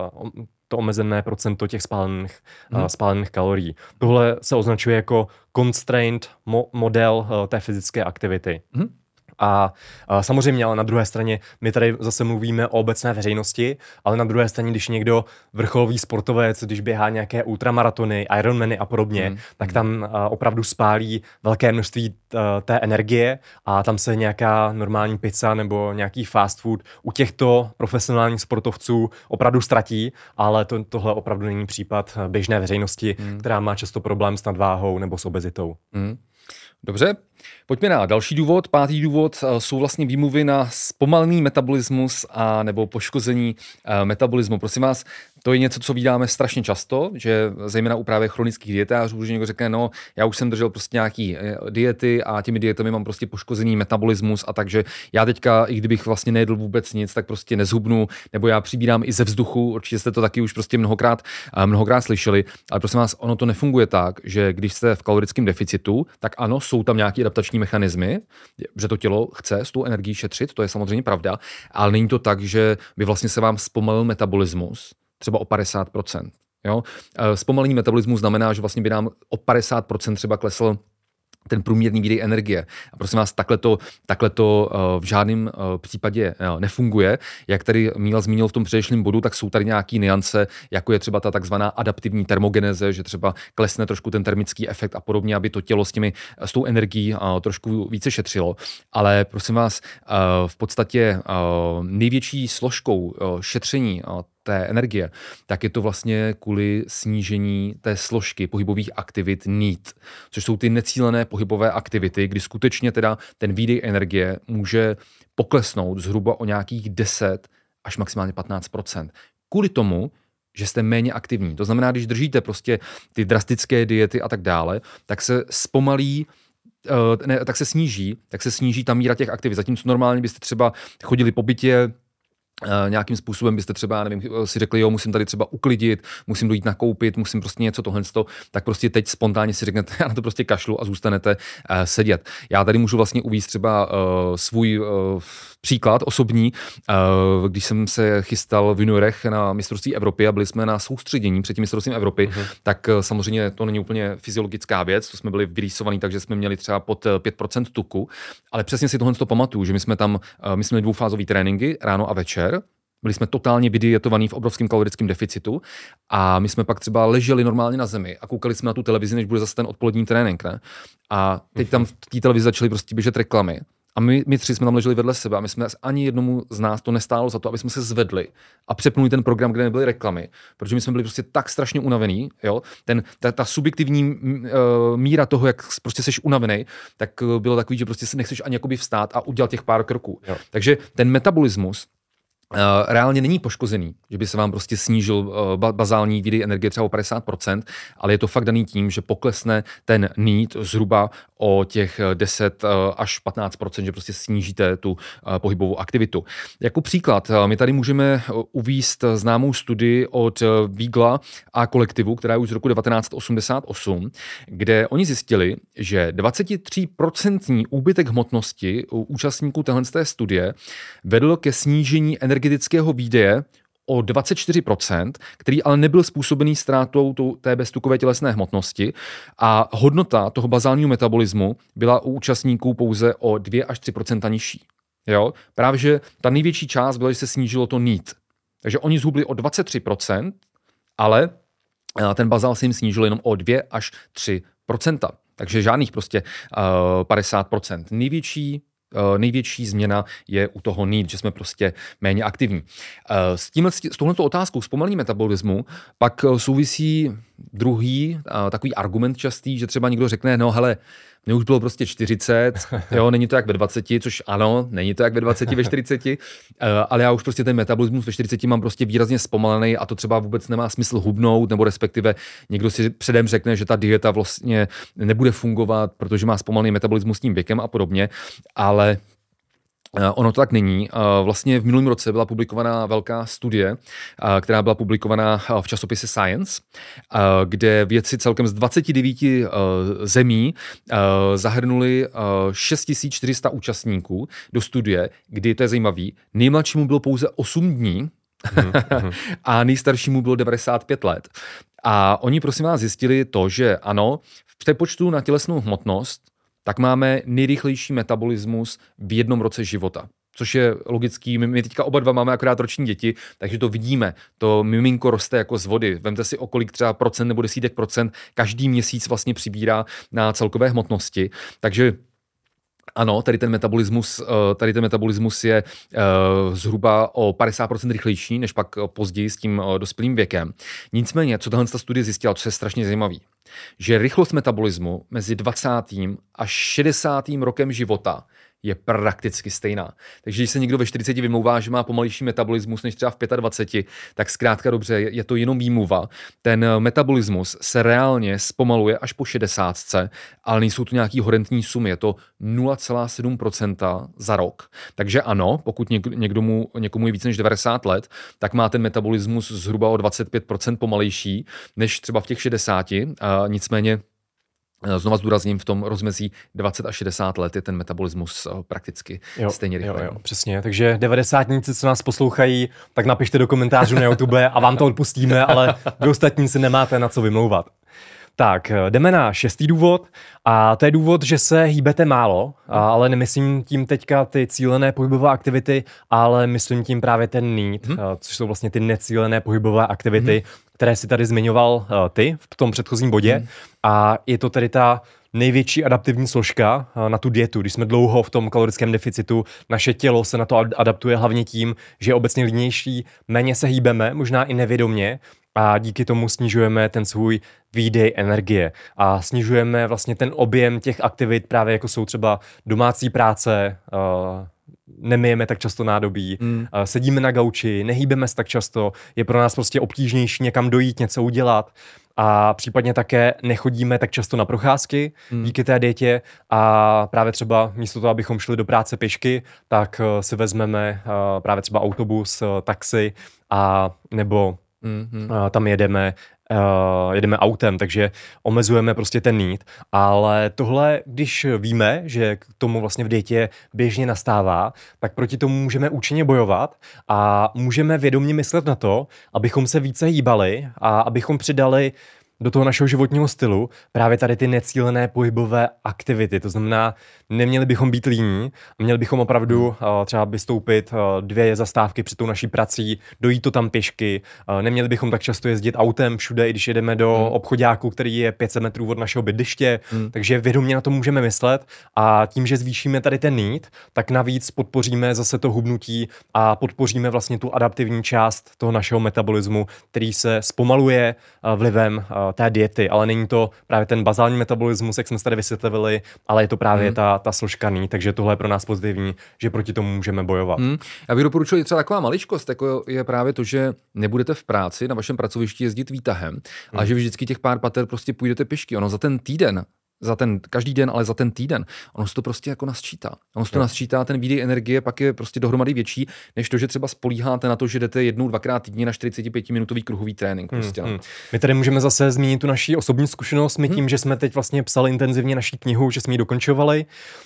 to omezené procento těch spálených, hmm. uh, spálených kalorií. Tohle se označuje jako constrained mo- model uh, té fyzické aktivity. Hmm. A, a samozřejmě, ale na druhé straně, my tady zase mluvíme o obecné veřejnosti, ale na druhé straně, když někdo vrcholový sportovec, když běhá nějaké ultramaratony, Ironmany a podobně, hmm. tak tam uh, opravdu spálí velké množství uh, té energie a tam se nějaká normální pizza nebo nějaký fast food u těchto profesionálních sportovců opravdu ztratí, ale to, tohle opravdu není případ běžné veřejnosti, hmm. která má často problém s nadváhou nebo s obezitou. Hmm. Dobře, pojďme na další důvod. Pátý důvod jsou vlastně výmluvy na zpomalený metabolismus a nebo poškození metabolismu. Prosím vás, to je něco, co vídáme strašně často, že zejména u právě chronických dietářů, že někdo řekne, no, já už jsem držel prostě nějaký diety a těmi dietami mám prostě poškozený metabolismus a takže já teďka, i kdybych vlastně nejedl vůbec nic, tak prostě nezhubnu, nebo já přibírám i ze vzduchu, určitě jste to taky už prostě mnohokrát, mnohokrát slyšeli, ale prosím vás, ono to nefunguje tak, že když jste v kalorickém deficitu, tak ano, jsou tam nějaké adaptační mechanismy, že to tělo chce s tou energií šetřit, to je samozřejmě pravda, ale není to tak, že by vlastně se vám zpomalil metabolismus třeba o padesát procent. Jo? Zpomalení metabolismu znamená, že vlastně by nám o padesát procent třeba klesl ten průměrný výdej energie. A prosím vás, takhle to, takhle to v žádném případě nefunguje. Jak tady Míla zmínil v tom předešlém bodu, tak jsou tady nějaké nuance, jako je třeba ta takzvaná adaptivní termogeneze, že třeba klesne trošku ten termický efekt a podobně, aby to tělo s, těmi, s tou energií trošku více šetřilo. Ale prosím vás, v podstatě největší složkou šetření té energie, tak je to vlastně kvůli snížení té složky pohybových aktivit need, což jsou ty necílené pohybové aktivity, kdy skutečně teda ten výdej energie může poklesnout zhruba o nějakých deset až maximálně patnáct procent. Kvůli tomu, že jste méně aktivní. To znamená, když držíte prostě ty drastické diety a tak dále, tak se zpomalí ne, tak se sníží, tak se sníží ta míra těch aktivit. Zatímco normálně byste třeba chodili po bytě, Uh, nějakým způsobem byste třeba, nevím, si řekli, jo, musím tady třeba uklidit, musím dojít nakoupit, musím prostě něco tohle, tak prostě teď spontánně si řeknete, já na to prostě kašlu a zůstanete uh, sedět. Já tady můžu vlastně uvést třeba uh, svůj uh, příklad osobní, uh, když jsem se chystal v juniorech na mistrovství Evropy a byli jsme na soustředění před tím mistrovstvím Evropy, uh-huh. tak uh, samozřejmě to není úplně fyziologická věc, to jsme byli vyrýsovaní, takže jsme měli třeba pod pět procent tuku, ale přesně si tohle to pamatuju, že my jsme tam, uh, my jsme měli dvoufázový tréninky, ráno a večer. Byli jsme totálně vydietovaní v obrovském kalorickém deficitu a my jsme pak třeba leželi normálně na zemi a koukali jsme na tu televizi, než bude zase ten odpolední trénink. Ne? A teď tam v té televizi začaly prostě běžet reklamy. A my, my tři jsme tam leželi vedle sebe a my jsme ani jednomu z nás to nestálo za to, aby jsme se zvedli a přepnuli ten program, kde nebyly reklamy, protože my jsme byli prostě tak strašně unavení, jo? Ten, ta, ta subjektivní uh, míra toho, jak prostě seš unavený, tak uh, bylo takový, že prostě si nechceš ani jakoby vstát a udělat těch pár kroků. Jo. Takže ten metabolismus Uh, reálně není poškozený, že by se vám prostě snížil uh, bazální výdej energie třeba o padesát procent, ale je to fakt daný tím, že poklesne ten need zhruba o těch deset až patnáct procent, že prostě snížíte tu uh, pohybovou aktivitu. Jako příklad, uh, my tady můžeme uvést známou studii od uh, Wiegla a kolektivu, která je už z roku devatenáct osmdesát osm, kde oni zjistili, že dvacet tři procent úbytek hmotnosti u účastníků téhle studie vedl ke snížení energie energetického výdeje o dvacet čtyři procent, který ale nebyl způsobený ztrátou té beztukové tělesné hmotnosti a hodnota toho bazálního metabolismu byla u účastníků pouze o dva až tři procenta nižší. Jo? Právě, že ta největší část byla, že se snížilo to need. Takže oni zhubli o dvacet tři procent, ale ten bazál se jim snížil jenom o dva až tři procenta. Takže žádných prostě uh, padesát procent. Největší Největší změna je u toho need, že jsme prostě méně aktivní. S tímhle, s touhletou otázkou zpomalení metabolismu pak souvisí druhý takový argument častý, že třeba někdo řekne, no hele, mně už bylo prostě čtyřicet, jo, není to jak ve dvaceti, což ano, není to jak ve dvaceti, ve čtyřiceti, ale já už prostě ten metabolismus ve čtyřiceti mám prostě výrazně zpomalený a to třeba vůbec nemá smysl hubnout, nebo respektive někdo si předem řekne, že ta dieta vlastně nebude fungovat, protože má zpomalený metabolismus s tím věkem a podobně, ale ono to tak není. Vlastně v minulém roce byla publikovaná velká studie, která byla publikovaná v časopise Science, kde vědci celkem z dvaceti devíti zemí zahrnuli šest tisíc čtyři sta účastníků do studie, kdy, to je zajímavý, nejmladšímu bylo pouze osm dní a nejstaršímu bylo devadesát pět let. A oni prosím vás zjistili to, že ano, v přepočtu na tělesnou hmotnost tak máme nejrychlejší metabolismus v jednom roce života. Což je logický, my teďka oba dva máme akorát roční děti, takže to vidíme. To miminko roste jako z vody. Vemte si, o kolik třeba procent nebo desítek procent každý měsíc vlastně přibírá na celkové hmotnosti. Takže ano, tady ten metabolismus, tady ten metabolismus je zhruba o padesát procent rychlejší, než pak později s tím dospělým věkem. Nicméně, co tahle studie zjistila, co je strašně zajímavý, že rychlost metabolismu mezi dvacátým až šedesátým rokem života je prakticky stejná. Takže když se někdo ve čtyřiceti vymlouvá, že má pomalejší metabolismus než třeba v dvaceti pěti, tak zkrátka dobře, je to jenom výmluva. Ten metabolismus se reálně zpomaluje až po šedesátce, ale nejsou to nějaký horentní sumy, je to nula celá sedm procenta za rok. Takže ano, pokud někdomu, někomu je více než devadesát let, tak má ten metabolismus zhruba o dvacet pět procent pomalejší než třeba v těch šedesáti. A nicméně Znova zdůrazním, v tom rozmezí dvacet až šedesát let je ten metabolismus prakticky jo, stejně rychle. Jo, jo, přesně, takže devadesátníci, co nás poslouchají, tak napište do komentářů na YouTube a vám to odpustíme, ale vy ostatní si nemáte na co vymlouvat. Tak, jdeme na šestý důvod a to je důvod, že se hýbete málo, ale nemyslím tím teďka ty cílené pohybové aktivity, ale myslím tím právě ten need, hmm. což jsou vlastně ty necílené pohybové aktivity, hmm. které si tady zmiňoval ty v tom předchozím bodě hmm. a je to tedy ta největší adaptivní složka na tu dietu. Když jsme dlouho v tom kalorickém deficitu, naše tělo se na to adaptuje hlavně tím, že je obecně línější, méně se hýbeme, možná i nevědomě, a díky tomu snižujeme ten svůj výdej energie a snižujeme vlastně ten objem těch aktivit, právě jako jsou třeba domácí práce, uh, nemyjeme tak často nádobí, mm. uh, sedíme na gauči, nehýbeme se tak často, je pro nás prostě obtížnější někam dojít, něco udělat a případně také nechodíme tak často na procházky mm. díky té dietě a právě třeba místo toho, abychom šli do práce pěšky, tak uh, si vezmeme uh, právě třeba autobus, uh, taxi a nebo Mm-hmm. tam jedeme, uh, jedeme autem, takže omezujeme prostě ten need, ale tohle, když víme, že k tomu vlastně v dietě běžně nastává, tak proti tomu můžeme účinně bojovat a můžeme vědomě myslet na to, abychom se více hýbali a abychom přidali do toho našeho životního stylu právě tady ty necílené pohybové aktivity. To znamená, neměli bychom být líní, měli bychom opravdu uh, třeba vystoupit uh, dvě zastávky před tou naší prací, dojít to tam pěšky, uh, neměli bychom tak často jezdit autem všude, i když jedeme do hmm. obchoďáku, který je pět set metrů od našeho bydliště, hmm. takže vědomě na to můžeme myslet a tím, že zvýšíme tady ten need, tak navíc podpoříme zase to hubnutí a podpoříme vlastně tu adaptivní část toho našeho metabolismu, který se zpomaluje uh, vlivem uh, té diety, ale není to právě ten bazální metabolismus, jak jsme se tady vysvětlili, ale je to právě hmm. ta, ta složka ní, takže tohle je pro nás pozitivní, že proti tomu můžeme bojovat. Hmm. Já bych doporučil i třeba taková maličkost, jako je právě to, že nebudete v práci na vašem pracovišti jezdit výtahem, hmm. ale že vy vždycky těch pár pater prostě půjdete pěšky. Ono za ten týden za ten, každý den, ale za ten týden, ono se to prostě jako nasčítá. Ono se to nasčítá, ten výdej energie pak je prostě dohromady větší, než to, že třeba spolíháte na to, že jdete jednou, dvakrát týdně na čtyřicetipětiminutový kruhový trénink. Prostě. Hmm, hmm. My tady můžeme zase zmínit tu naši osobní zkušenost, my tím, hmm. že jsme teď vlastně psali intenzivně naší knihu, že jsme ji dokončovali,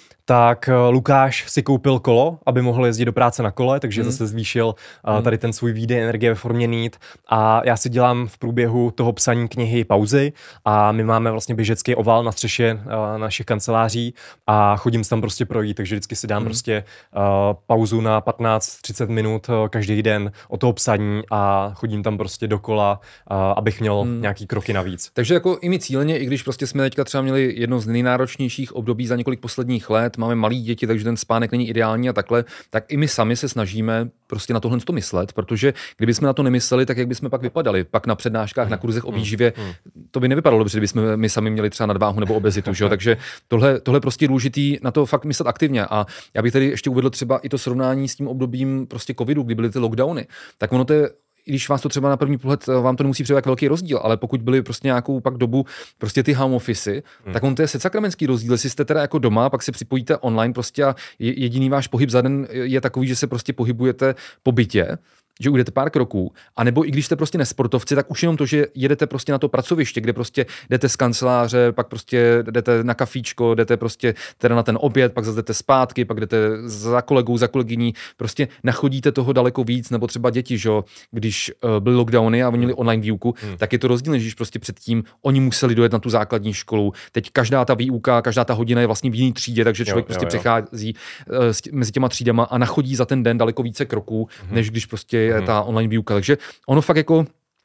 tak Lukáš si koupil kolo, aby mohl jezdit do práce na kole, takže hmm. zase zvýšil uh, tady ten svůj výdej energie ve formě need. A já si dělám v průběhu toho psaní knihy pauzy a my máme vlastně běžecký oval na střeše uh, našich kanceláří a chodím se tam prostě projít, takže vždycky si dám hmm. prostě uh, pauzu na patnáct třicet minut uh, každý den o toho psaní a chodím tam prostě dokola, uh, abych měl hmm. nějaký kroky navíc. Takže jako i my cíleně, i když prostě jsme teďka třeba měli jedno z nejnáročnějších období za několik posledních let, máme malý děti, takže ten spánek není ideální a takhle, tak i my sami se snažíme prostě na tohle to myslet, protože kdybychom na to nemysleli, tak jak bychom pak vypadali? Pak na přednáškách, na kurzech o výživě, to by nevypadalo dobře, kdybychom my sami měli třeba nadváhu nebo obezitu, že jo? Takže tohle, tohle prostě je důležitý na to fakt myslet aktivně. A já bych tady ještě uvedl třeba i to srovnání s tím obdobím prostě covidu, kdy byly ty lockdowny. Tak ono to je, i když vás to třeba na první pohled, vám to nemusí přijít jak velký rozdíl, ale pokud byly prostě nějakou pak dobu prostě ty home office, hmm. tak on to je secakramenský rozdíl, jestli jste teda jako doma, pak si připojíte online prostě a jediný váš pohyb za den je takový, že se prostě pohybujete po bytě, že ujdete pár kroků, anebo i když jste prostě nesportovci, tak už jenom to, že jedete prostě na to pracoviště, kde prostě jdete z kanceláře, pak prostě jdete na kafíčko, jdete prostě teda na ten oběd, pak zase jdete zpátky, pak jdete za kolegou, za kolegyní, prostě nachodíte toho daleko víc, nebo třeba děti, že když uh, byly lockdowny a oni měli online výuku, hmm. tak je to rozdíl, když prostě předtím oni museli dojet na tu základní školu. Teď každá ta výuka, každá ta hodina je vlastně v jiné třídě, takže člověk jo, prostě jo, jo. přechází uh, mezi těma třídama a nachodí za ten den daleko více kroků, hmm. než když prostě je ta online výuka. Takže ono fakt jako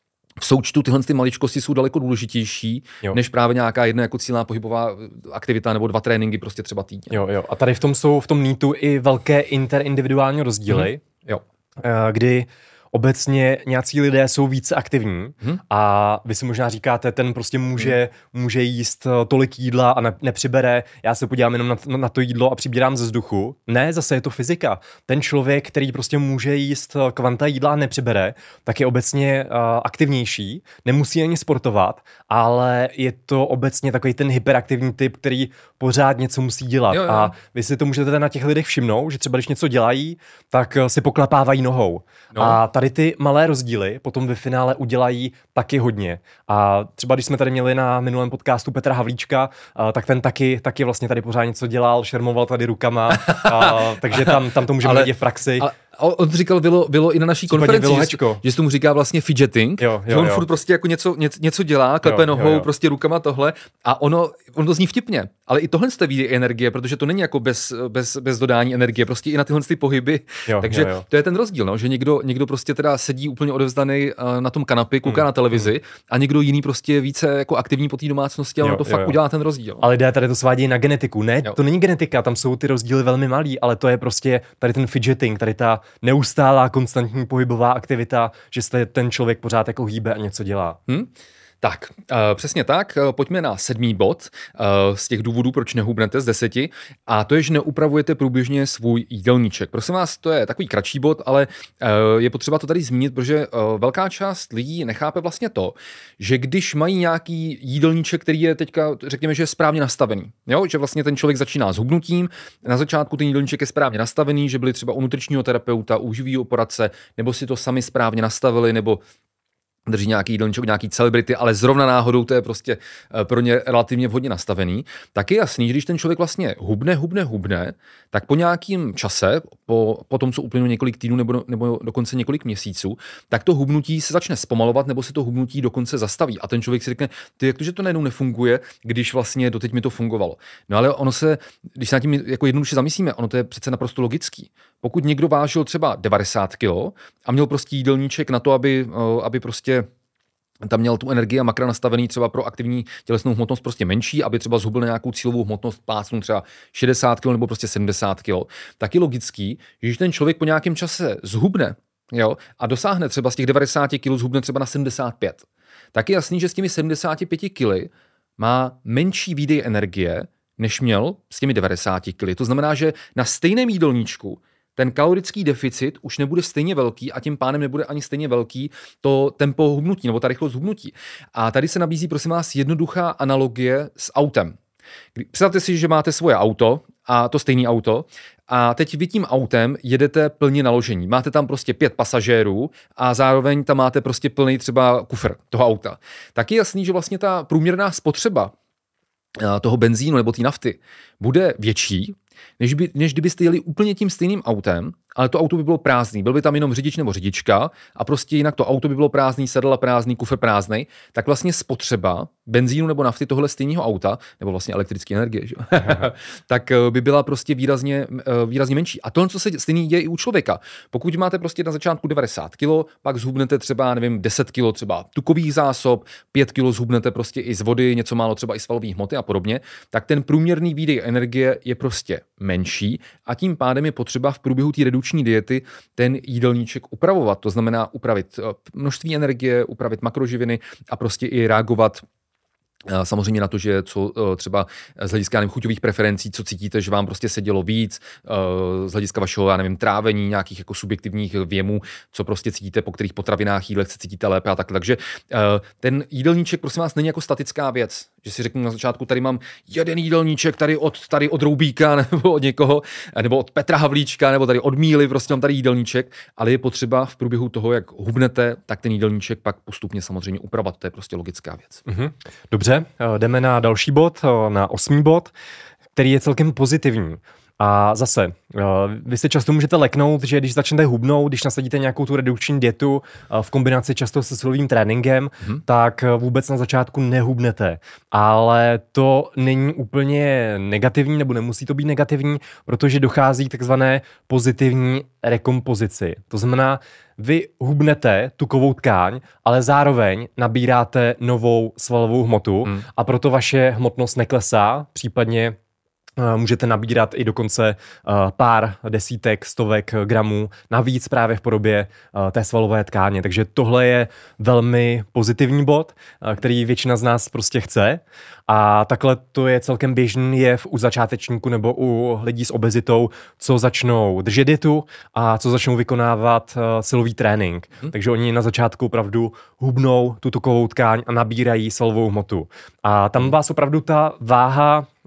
v součtu tyhle ty maličkosti jsou daleko důležitější, jo. než právě nějaká jedna jako cílená pohybová aktivita nebo dva tréninky prostě třeba týdně. Jo, jo. A tady v tom jsou v tom nítu i velké interindividuální rozdíly, mm-hmm. jo. kdy obecně nějací lidé jsou více aktivní hmm. a vy si možná říkáte, ten prostě může, hmm. může jíst tolik jídla a ne, nepřibere, já se podívám jenom na, na to jídlo a přibírám ze vzduchu. Ne, zase je to fyzika. Ten člověk, který prostě může jíst kvanta jídla a nepřibere, tak je obecně uh, aktivnější, nemusí ani sportovat, ale je to obecně takový ten hyperaktivní typ, který pořád něco musí dělat. Jo, jo. A vy si to můžete na těch lidech všimnout, že třeba když něco dělají, tak si poklapávají nohou. No. A tady tady ty malé rozdíly potom ve finále udělají taky hodně. A třeba když jsme tady měli na minulém podcastu Petra Havlíčka, uh, tak ten taky, taky vlastně tady pořád něco dělal, šermoval tady rukama, uh, takže tam, tam to můžeme ale, vidět v praxi. Ale... On říkal, bylo, bylo i na naší konferenci, že, že se tomu říká vlastně fidgeting, jo, jo, že on jo. furt prostě jako něco, něco, něco dělá, klepe jo, nohou, jo, jo. prostě rukama tohle a ono, ono to zní vtipně, ale i tohle jste ví energie, protože to není jako bez, bez, bez dodání energie, prostě i na tyhle ty pohyby, jo, takže jo, jo. to je ten rozdíl, no, že někdo, někdo prostě teda sedí úplně odevzdaný uh, na tom kanapi, kouká hmm. na televizi hmm. a někdo jiný prostě je více jako aktivní po té domácnosti a ono to jo, fakt jo. udělá ten rozdíl. Ale lidé tady to svádějí na genetiku, ne, jo. to není genetika, tam jsou ty rozdíly velmi malý, ale to je prostě tady ten fidgeting, tady ta neustálá konstantní pohybová aktivita, že se ten člověk pořád jako hýbe a něco dělá. Hmm? Tak, uh, přesně tak. Uh, pojďme na sedmý bod uh, z těch důvodů, proč nehubnete z deseti. A to je, že neupravujete průběžně svůj jídelníček. Prosím vás, to je takový kratší bod, ale uh, je potřeba to tady zmínit, protože uh, velká část lidí nechápe vlastně to, že když mají nějaký jídelníček, který je teďka, řekněme, že je správně nastavený, jo? Že vlastně ten člověk začíná s hubnutím, na začátku ten jídelníček je správně nastavený, že byli třeba u nutričního terapeuta, u živýho poradce, nebo si to sami správně nastavili, nebo drží nějaký jídelníček, nějaký celebrity, ale zrovna náhodou to je prostě pro ně relativně vhodně nastavený, tak je jasný, že když ten člověk vlastně hubne, hubne, hubne, tak po nějakým čase, po, po tom, co uplynulo několik týdnů nebo, nebo dokonce několik měsíců, tak to hubnutí se začne zpomalovat nebo se to hubnutí dokonce zastaví. A ten člověk si řekne, ty, jak to, že to najednou nefunguje, když vlastně doteď mi to fungovalo. No ale ono se, když se nad tím jako jednoduše zamyslíme, ono to je přece naprosto logický. Pokud někdo vážil třeba devadesát kilo a měl prostě jídelníček na to, aby, aby prostě tam měl tu energii a makra nastavený třeba pro aktivní tělesnou hmotnost prostě menší, aby třeba zhubil na nějakou cílovou hmotnost plácnu třeba šedesát kilo nebo prostě sedmdesát kilo, tak je logický, že když ten člověk po nějakém čase zhubne, jo, a dosáhne třeba z těch devadesáti kilo zhubne třeba na sedmdesát pět, tak je jasný, že s těmi sedmdesáti pěti kily má menší výdej energie, než měl s těmi devadesáti kily. To znamená, že na stejném jídelníčku ten kalorický deficit už nebude stejně velký a tím pádem nebude ani stejně velký to tempo hubnutí nebo ta rychlost hubnutí. A tady se nabízí, prosím vás, jednoduchá analogie s autem. Představte si, že máte svoje auto a to stejné auto a teď vy tím autem jedete plně naložení. Máte tam prostě pět pasažérů a zároveň tam máte prostě plný třeba kufr toho auta. Tak je jasný, že vlastně ta průměrná spotřeba toho benzínu nebo té nafty bude větší, než, by, než kdybyste jeli úplně tím stejným autem, ale to auto by bylo prázdný. Byl by tam jenom řidič nebo řidička a prostě jinak to auto by bylo prázdný, sedla prázdný, kufr prázdný, tak vlastně spotřeba benzínu nebo nafty tohle stejného auta, nebo vlastně elektrické energie, že? tak by byla prostě výrazně, výrazně menší. A to, co se stejný děje i u člověka. Pokud máte prostě na začátku devadesát kilo, pak zhubnete třeba, nevím, deset kilo třeba tukových zásob, pět kilo zhubnete prostě i z vody, něco málo třeba i svalové hmoty a podobně, tak ten průměrný výdej energie je prostě menší a tím pádem je potřeba v průběhu té redukční diety ten jídelníček upravovat. To znamená upravit množství energie, upravit makroživiny a prostě i reagovat samozřejmě na to, že co třeba z hlediska nevím, chuťových preferencí, co cítíte, že vám prostě sedělo víc, z hlediska vašeho, já nevím, trávení, nějakých jako subjektivních věmů, co prostě cítíte, po kterých potravinách, jídlech se cítíte lépe a takhle. Takže ten jídelníček, prosím vás, není jako statická věc, že si řeknu na začátku, tady mám jeden jídelníček tady od, tady od Roubíka nebo od někoho, nebo od Petra Havlíčka, nebo tady od Míly, prostě mám tady jídelníček, ale je potřeba v průběhu toho, jak hubnete, tak ten jídelníček pak postupně samozřejmě upravovat. To je prostě logická věc. Mm-hmm. Dobře, jdeme na další bod, na osmý bod, který je celkem pozitivní. A zase, vy si často můžete leknout, že když začnete hubnout, když nasadíte nějakou tu redukční dietu v kombinaci často se silovým tréninkem, hmm. tak vůbec na začátku nehubnete. Ale to není úplně negativní, nebo nemusí to být negativní, protože dochází k takzvané pozitivní rekompozici. To znamená, vy hubnete tukovou tkáň, ale zároveň nabíráte novou svalovou hmotu hmm. a proto vaše hmotnost neklesá, případně můžete nabírat i dokonce pár desítek, stovek gramů navíc právě v podobě té svalové tkáně. Takže tohle je velmi pozitivní bod, který většina z nás prostě chce. A takhle to je celkem běžný jev u začátečníků nebo u lidí s obezitou, co začnou držet dietu a co začnou vykonávat silový trénink. Hmm. Takže oni na začátku opravdu hubnou tu tukovou tkáň a nabírají svalovou hmotu. A tam vás opravdu ta váha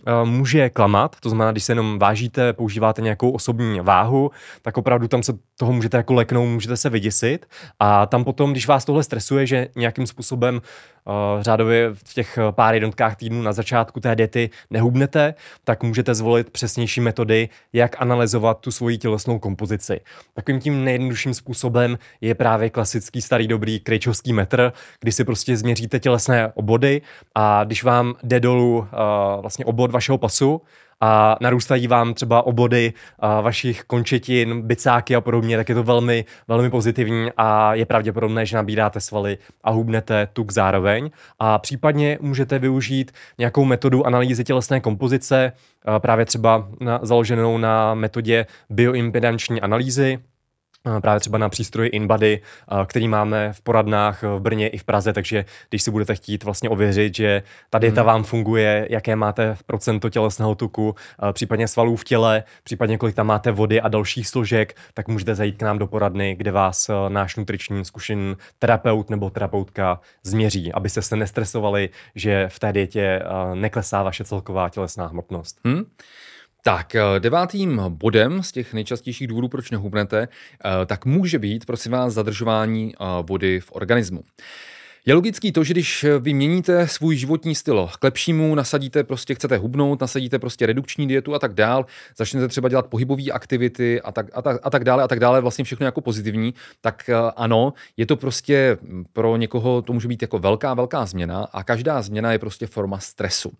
může klamat, to znamená, když se jenom vážíte, používáte nějakou osobní váhu, tak opravdu tam se toho můžete jako leknout, můžete se vyděsit a tam potom, když vás tohle stresuje, že nějakým způsobem uh, řádově v těch pár jednotkách týdnů na začátku té diety nehubnete, tak můžete zvolit přesnější metody, jak analyzovat tu svoji tělesnou kompozici. Takovým tím nejjednodušším způsobem je právě klasický starý dobrý krejčovský metr, kdy si prostě změříte tělesné obvody a když vám jde dolů uh, vlastně obvod vašeho pasu a narůstají vám třeba obvody uh, vašich končetin, bicáky a podobně, tak je to velmi, velmi pozitivní a je pravděpodobné, že nabíráte svaly a hubnete tuk zároveň. A případně můžete využít nějakou metodu analýzy tělesné kompozice, uh, právě třeba na, založenou na metodě bioimpedanční analýzy, právě třeba na přístroji InBody, který máme v poradnách v Brně i v Praze, takže když si budete chtít vlastně ověřit, že ta dieta hmm. vám funguje, jaké máte procento tělesného tuku, případně svalů v těle, případně kolik tam máte vody a dalších složek, tak můžete zajít k nám do poradny, kde vás náš nutriční zkušený terapeut nebo terapeutka změří, abyste se nestresovali, že v té dietě neklesá vaše celková tělesná hmotnost. Hmm. Tak, devátým bodem z těch nejčastějších důvodů, proč nehubnete, tak může být, prosím vás, zadržování vody v organismu. Je logický to, že když vy měníte svůj životní styl k lepšímu, nasadíte prostě, chcete hubnout, nasadíte prostě redukční dietu a tak dál, začnete třeba dělat pohybové aktivity a tak, a, tak, a tak dále a tak dále, vlastně všechno jako pozitivní, tak ano, je to prostě pro někoho, to může být jako velká, velká změna a každá změna je prostě forma stresu.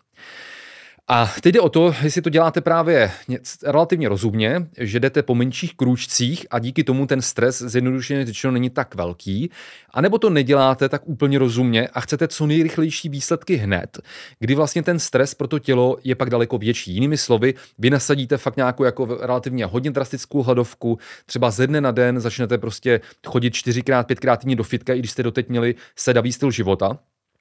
A teď jde o to, jestli to děláte právě relativně rozumně, že jdete po menších krůčcích a díky tomu ten stres zjednodušeně řečeno není tak velký, anebo to neděláte tak úplně rozumně a chcete co nejrychlejší výsledky hned, kdy vlastně ten stres pro to tělo je pak daleko větší. Jinými slovy, vy nasadíte fakt nějakou jako relativně hodně drastickou hladovku, třeba ze dne na den začnete prostě chodit čtyřikrát, pětkrát týdně do fitka, i když jste doteď měli sedavý styl života.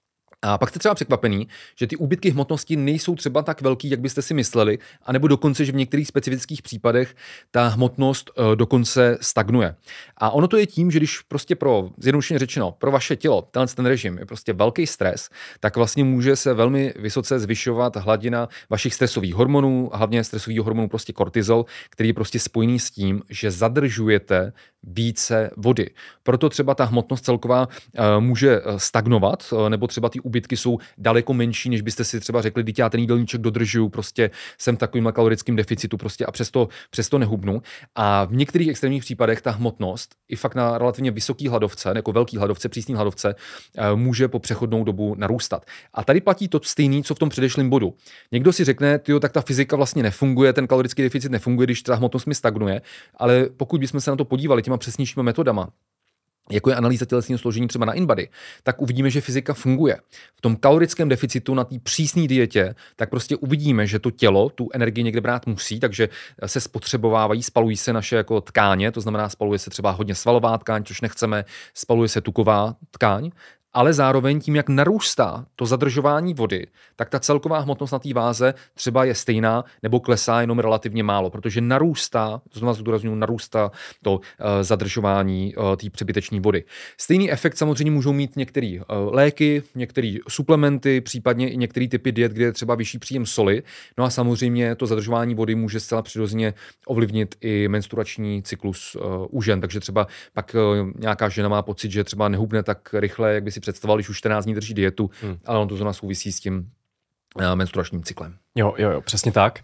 A pak jste třeba překvapený, že ty úbytky hmotnosti nejsou třeba tak velký, jak byste si mysleli, anebo dokonce, že v některých specifických případech ta hmotnost e, dokonce stagnuje. A ono to je tím, že když prostě pro, zjednodušeně řečeno, pro vaše tělo tenhle ten režim je prostě velký stres, tak vlastně může se velmi vysoce zvyšovat hladina vašich stresových hormonů, hlavně stresových hormonů prostě kortizol, který je prostě spojený s tím, že zadržujete více vody. Proto třeba ta hmotnost celková e, může stagnovat, e, nebo třeba ty úbytky jsou daleko menší, než byste si třeba řekli, když já ten jídelníček dodržuju, prostě jsem v takovým kalorickým deficitu prostě a přesto, přesto nehubnu. A v některých extrémních případech ta hmotnost i fakt na relativně vysoký hladovce, jako velký hladovce, přísný hladovce, může po přechodnou dobu narůstat. A tady platí to stejné, co v tom předešlém bodu. Někdo si řekne, tyjo, tak ta fyzika vlastně nefunguje, ten kalorický deficit nefunguje, když ta hmotnost mi stagnuje, ale pokud bychom se na to podívali těma přesnějšíma metodama, jako je analýza tělesného složení třeba na InBody, tak uvidíme, že fyzika funguje. V tom kalorickém deficitu na té přísné dietě, tak prostě uvidíme, že to tělo tu energii někde brát musí, takže se spotřebovávají, spalují se naše jako tkáně, to znamená, spaluje se třeba hodně svalová tkáň, což nechceme, spaluje se tuková tkáň, ale zároveň tím, jak narůstá to zadržování vody, tak ta celková hmotnost na té váze třeba je stejná nebo klesá jenom relativně málo, protože narůstá, to znamená zdůrazňuji, narůstá to uh, zadržování uh, té přebytečné vody. Stejný efekt samozřejmě můžou mít některé uh, léky, některé suplementy, případně i některé typy diet, kde je třeba vyšší příjem soli. No a samozřejmě to zadržování vody může zcela přirozeně ovlivnit i menstruační cyklus uh, u žen, takže třeba pak uh, nějaká žena má pocit, že třeba nehubne tak rychle, jak by si představoval, když už čtrnáct dní drží dietu, hmm. ale on to zrovna souvisí s tím uh, menstruačním cyklem. Jo, jo, jo, přesně tak.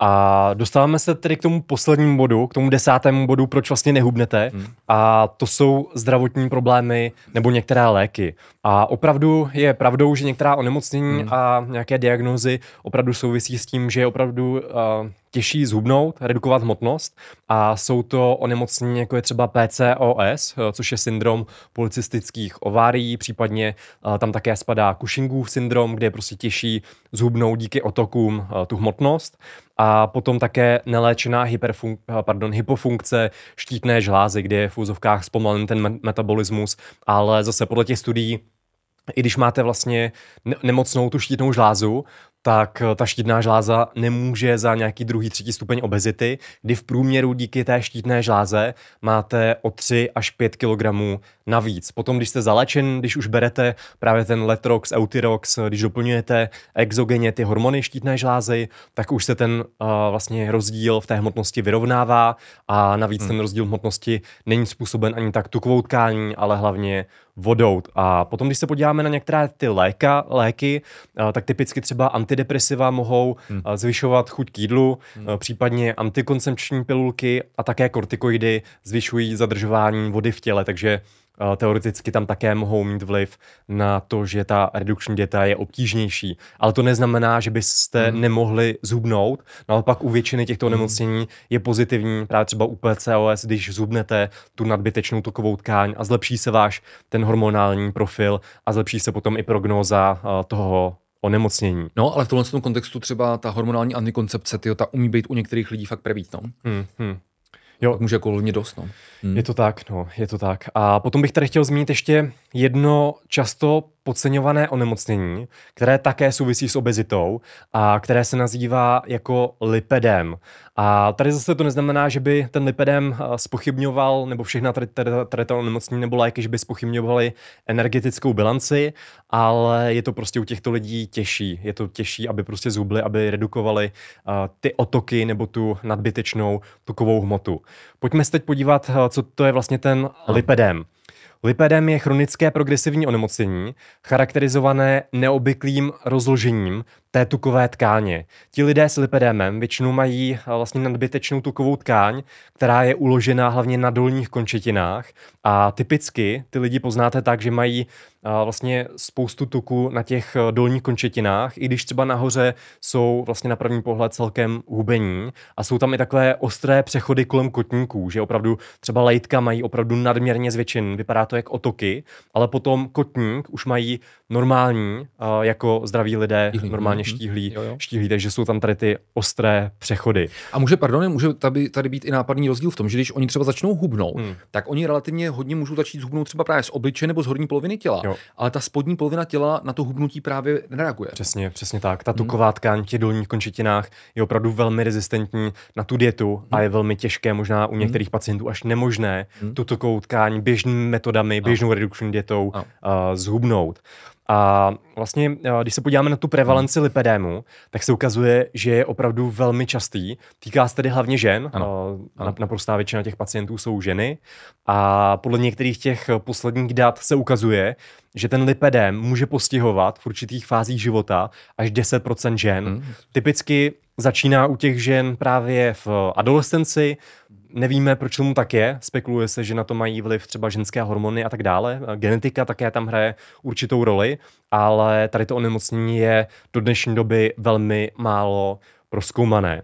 A dostáváme se tedy k tomu poslednímu bodu, k tomu desátému bodu, proč vlastně nehubnete. Hmm. A to jsou zdravotní problémy nebo některé léky. A opravdu je pravdou, že některá onemocnění hmm. a nějaké diagnózy opravdu souvisí s tím, že je opravdu uh, těžší zhubnout, redukovat hmotnost. A jsou to onemocnění, jako je třeba P C O S, což je syndrom polycystických ovárií, případně uh, tam také spadá Cushingův syndrom, kde je prostě těžší zhubnout díky otokům uh, tu hmotnost. A potom také neléčená hyperfunk- pardon, hypofunkce štítné žlázy, kde je v úzovkách zpomalen ten metabolismus, ale zase podle těch studií, i když máte vlastně nemocnou tu štítnou žlázu, tak ta štítná žláza nemůže za nějaký druhý, třetí stupeň obezity, kdy v průměru díky té štítné žláze máte o tři až pět kilogramů navíc. Potom, když jste zalečen, když už berete právě ten Letrox, Eutirox, když doplňujete exogenně ty hormony štítné žlázy, tak už se ten uh, vlastně rozdíl v té hmotnosti vyrovnává a navíc hmm. ten rozdíl hmotnosti není způsoben ani tak tukovou tkání, ale hlavně vodou. A potom, když se podíváme na některé ty léka, léky, uh, tak typicky třeba antidepresiva mohou hmm. uh, zvyšovat chuť k jídlu, hmm. uh, případně antikoncepční pilulky a také kortikoidy zvyšují zadržování vody v těle, takže uh, teoreticky tam také mohou mít vliv na to, že ta redukční dieta je obtížnější. Ale to neznamená, že byste hmm. nemohli zhubnout. Naopak u většiny těchto onemocnění hmm. je pozitivní, právě třeba u P C O S, když zhubnete tu nadbytečnou tukovou tkáň a zlepší se váš ten hormonální profil a zlepší se potom i prognóza uh, toho onemocnění. No, ale v tomhle kontextu třeba ta hormonální antikoncepce, tyjo, ta umí být u některých lidí fakt prevít, no. Hmm, hmm. Jo. Tak může jako hodně dost, no. Hmm. Je to tak, no, je to tak. A potom bych tady chtěl zmínit ještě jedno často podceňované onemocnění, které také souvisí s obezitou a které se nazývá jako lipedem. A tady zase to neznamená, že by ten lipedem zpochybňoval, nebo všechna tady, tady, tady to onemocnění nebo léky, že by zpochybňovaly energetickou bilanci, ale je to prostě u těchto lidí těžší. Je to těžší, aby prostě zhubli, aby redukovali uh, ty otoky nebo tu nadbytečnou tukovou hmotu. Pojďme se teď podívat, co to je vlastně ten lipedem. Lipedem je chronické progresivní onemocnění, charakterizované neobvyklým rozložením té tukové tkáně. Ti lidé s lipedémem většinou mají vlastně nadbytečnou tukovou tkáň, která je uložená hlavně na dolních končetinách a typicky ty lidi poznáte tak, že mají vlastně spoustu tuku na těch dolních končetinách, i když třeba nahoře jsou vlastně na první pohled celkem hubení a jsou tam i takové ostré přechody kolem kotníků, že opravdu třeba lejtka mají opravdu nadměrně zvětšený, vypadá to jak otoky, ale potom kotník už mají normální, jako zdraví lidé, štíhlý. normálně štíhlí, jo, jo. štíhlí, takže jsou tam tady ty ostré přechody. A může, pardon, může tady, tady být i nápadný rozdíl v tom, že když oni třeba začnou hubnout, hmm. tak oni relativně hodně můžou začít hubnout třeba právě z obličeje nebo z horní poloviny těla. Jo. Ale ta spodní polovina těla na to hubnutí právě nereaguje. Přesně, přesně tak. Ta tuková tkáň v těch dolních končetinách je opravdu velmi rezistentní na tu dietu hmm. a je velmi těžké, možná u některých hmm. pacientů až nemožné hmm. tu tukovou tkáň běžnými metodami, běžnou a. redukční dietou a. Uh, zhubnout. A vlastně, když se podíváme na tu prevalenci hmm. lipedému, tak se ukazuje, že je opravdu velmi častý. Týká se tedy hlavně žen. Ano. Ano. Naprostá většina těch pacientů jsou ženy. A podle některých těch posledních dat se ukazuje, že ten lipedém může postihovat v určitých fázích života až deset procent žen. Hmm. Typicky začíná u těch žen právě v adolescenci. Nevíme, proč tomu tak je. Spekuluje se, že na to mají vliv třeba ženské hormony a tak dále. Genetika také tam hraje určitou roli, ale tady to onemocnění je do dnešní doby velmi málo prozkoumané.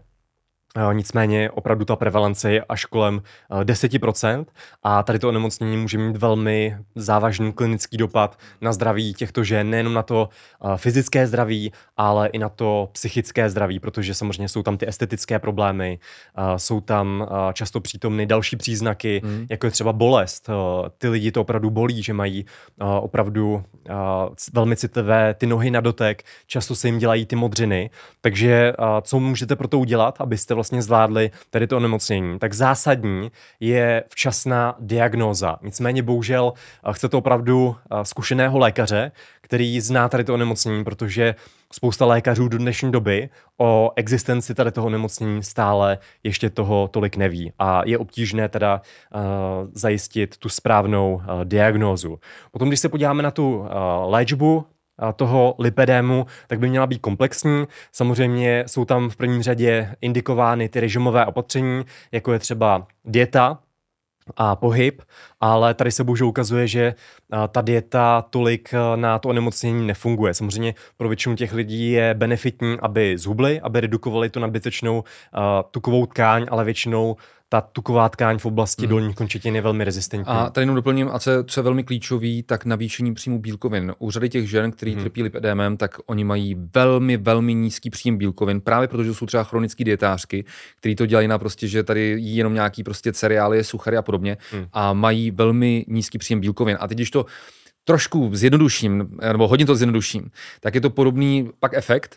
Nicméně opravdu ta prevalence je až kolem deset procent a tady to onemocnění může mít velmi závažný klinický dopad na zdraví těchto žen, nejenom na to fyzické zdraví, ale i na to psychické zdraví, protože samozřejmě jsou tam ty estetické problémy, jsou tam často přítomny další příznaky, hmm. jako je třeba bolest. Ty lidi to opravdu bolí, že mají opravdu velmi citlivé ty nohy na dotek, často se jim dělají ty modřiny, takže co můžete pro to udělat, abyste vlastně zvládli tady to onemocnění, tak zásadní je včasná diagnóza. Nicméně bohužel chce to opravdu zkušeného lékaře, který zná tady to onemocnění, protože spousta lékařů do dnešní doby o existenci tady toho onemocnění stále ještě toho tolik neví a je obtížné teda uh, zajistit tu správnou uh, diagnózu. Potom, když se podíváme na tu uh, léčbu toho lipedému, tak by měla být komplexní. Samozřejmě jsou tam v první řadě indikovány ty režimové opatření, jako je třeba dieta a pohyb, ale tady se bohužel ukazuje, že ta dieta tolik na to onemocnění nefunguje. Samozřejmě pro většinu těch lidí je benefitní, aby zhubli, aby redukovali tu nadbytečnou uh, tukovou tkáň, ale většinou ta tuková tkáň v oblasti hmm. dolních končetin je velmi rezistentní. A tady jenom doplním, a co je, co je velmi klíčový, tak navýšení příjmu bílkovin. U řady těch žen, kteří hmm. trpí lipedémem, tak oni mají velmi, velmi nízký příjem bílkovin, právě protože jsou třeba chronický dietářky, kteří to dělají na prostě, že tady jí jenom nějaký prostě cereálie, suchary a podobně hmm. a mají velmi nízký příjem bílkovin. A teď, když to trošku zjednoduším, nebo hodně to zjednoduším, tak je to podobný pak efekt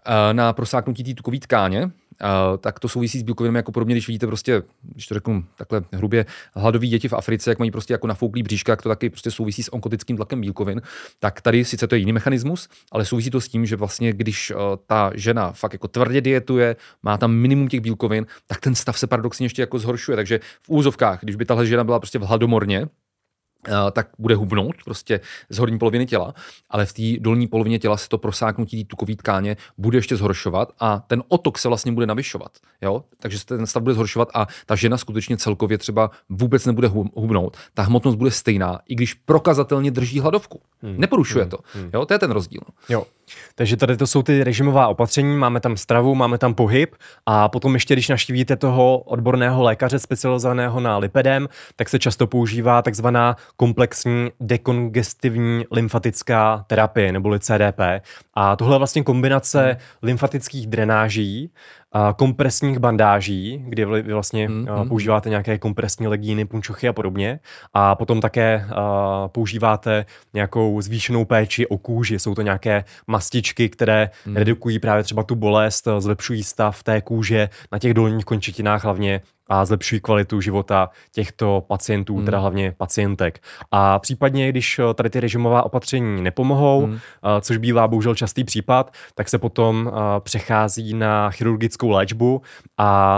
na prosáknutí té tukové tkáně. Uh, tak to souvisí s bílkovinami jako podobně, když vidíte prostě, když to řeknu takhle hrubě, hladový děti v Africe, jak mají prostě jako nafouklý bříška, jak to taky prostě souvisí s onkotickým tlakem bílkovin, tak tady sice to je jiný mechanismus, ale souvisí to s tím, že vlastně když uh, ta žena fakt jako tvrdě dietuje, má tam minimum těch bílkovin, tak ten stav se paradoxně ještě jako zhoršuje. Takže v úzovkách, když by tahle žena byla prostě v hladomorně, Uh, tak bude hubnout prostě z horní poloviny těla, ale v té dolní polovině těla se to prosáknutí tukové tkáně bude ještě zhoršovat a ten otok se vlastně bude navyšovat. Jo? Takže se ten stav bude zhoršovat a ta žena skutečně celkově třeba vůbec nebude hubnout. Ta hmotnost bude stejná, i když prokazatelně drží hladovku. Hmm. Neporušuje hmm. to. Jo? To je ten rozdíl. Jo. Takže tady to jsou ty režimová opatření, máme tam stravu, máme tam pohyb a potom ještě, když navštívíte toho odborného lékaře specializovaného na lipidem, tak se často používá takzvaná komplexní dekongestivní lymfatická terapie, neboli C D P. A tohle je vlastně kombinace hmm. lymfatických drenáží, kompresních bandáží, kdy vy vlastně hmm, uh, používáte nějaké kompresní legíny, punčochy a podobně. A potom také uh, používáte nějakou zvýšenou péči o kůži. Jsou to nějaké mastičky, které hmm. redukují právě třeba tu bolest, zlepšují stav té kůže na těch dolních končetinách hlavně a zlepšují kvalitu života těchto pacientů, hmm. teda hlavně pacientek. A případně, když tady ty režimová opatření nepomohou, hmm. což bývá bohužel častý případ, tak se potom přechází na chirurgickou léčbu a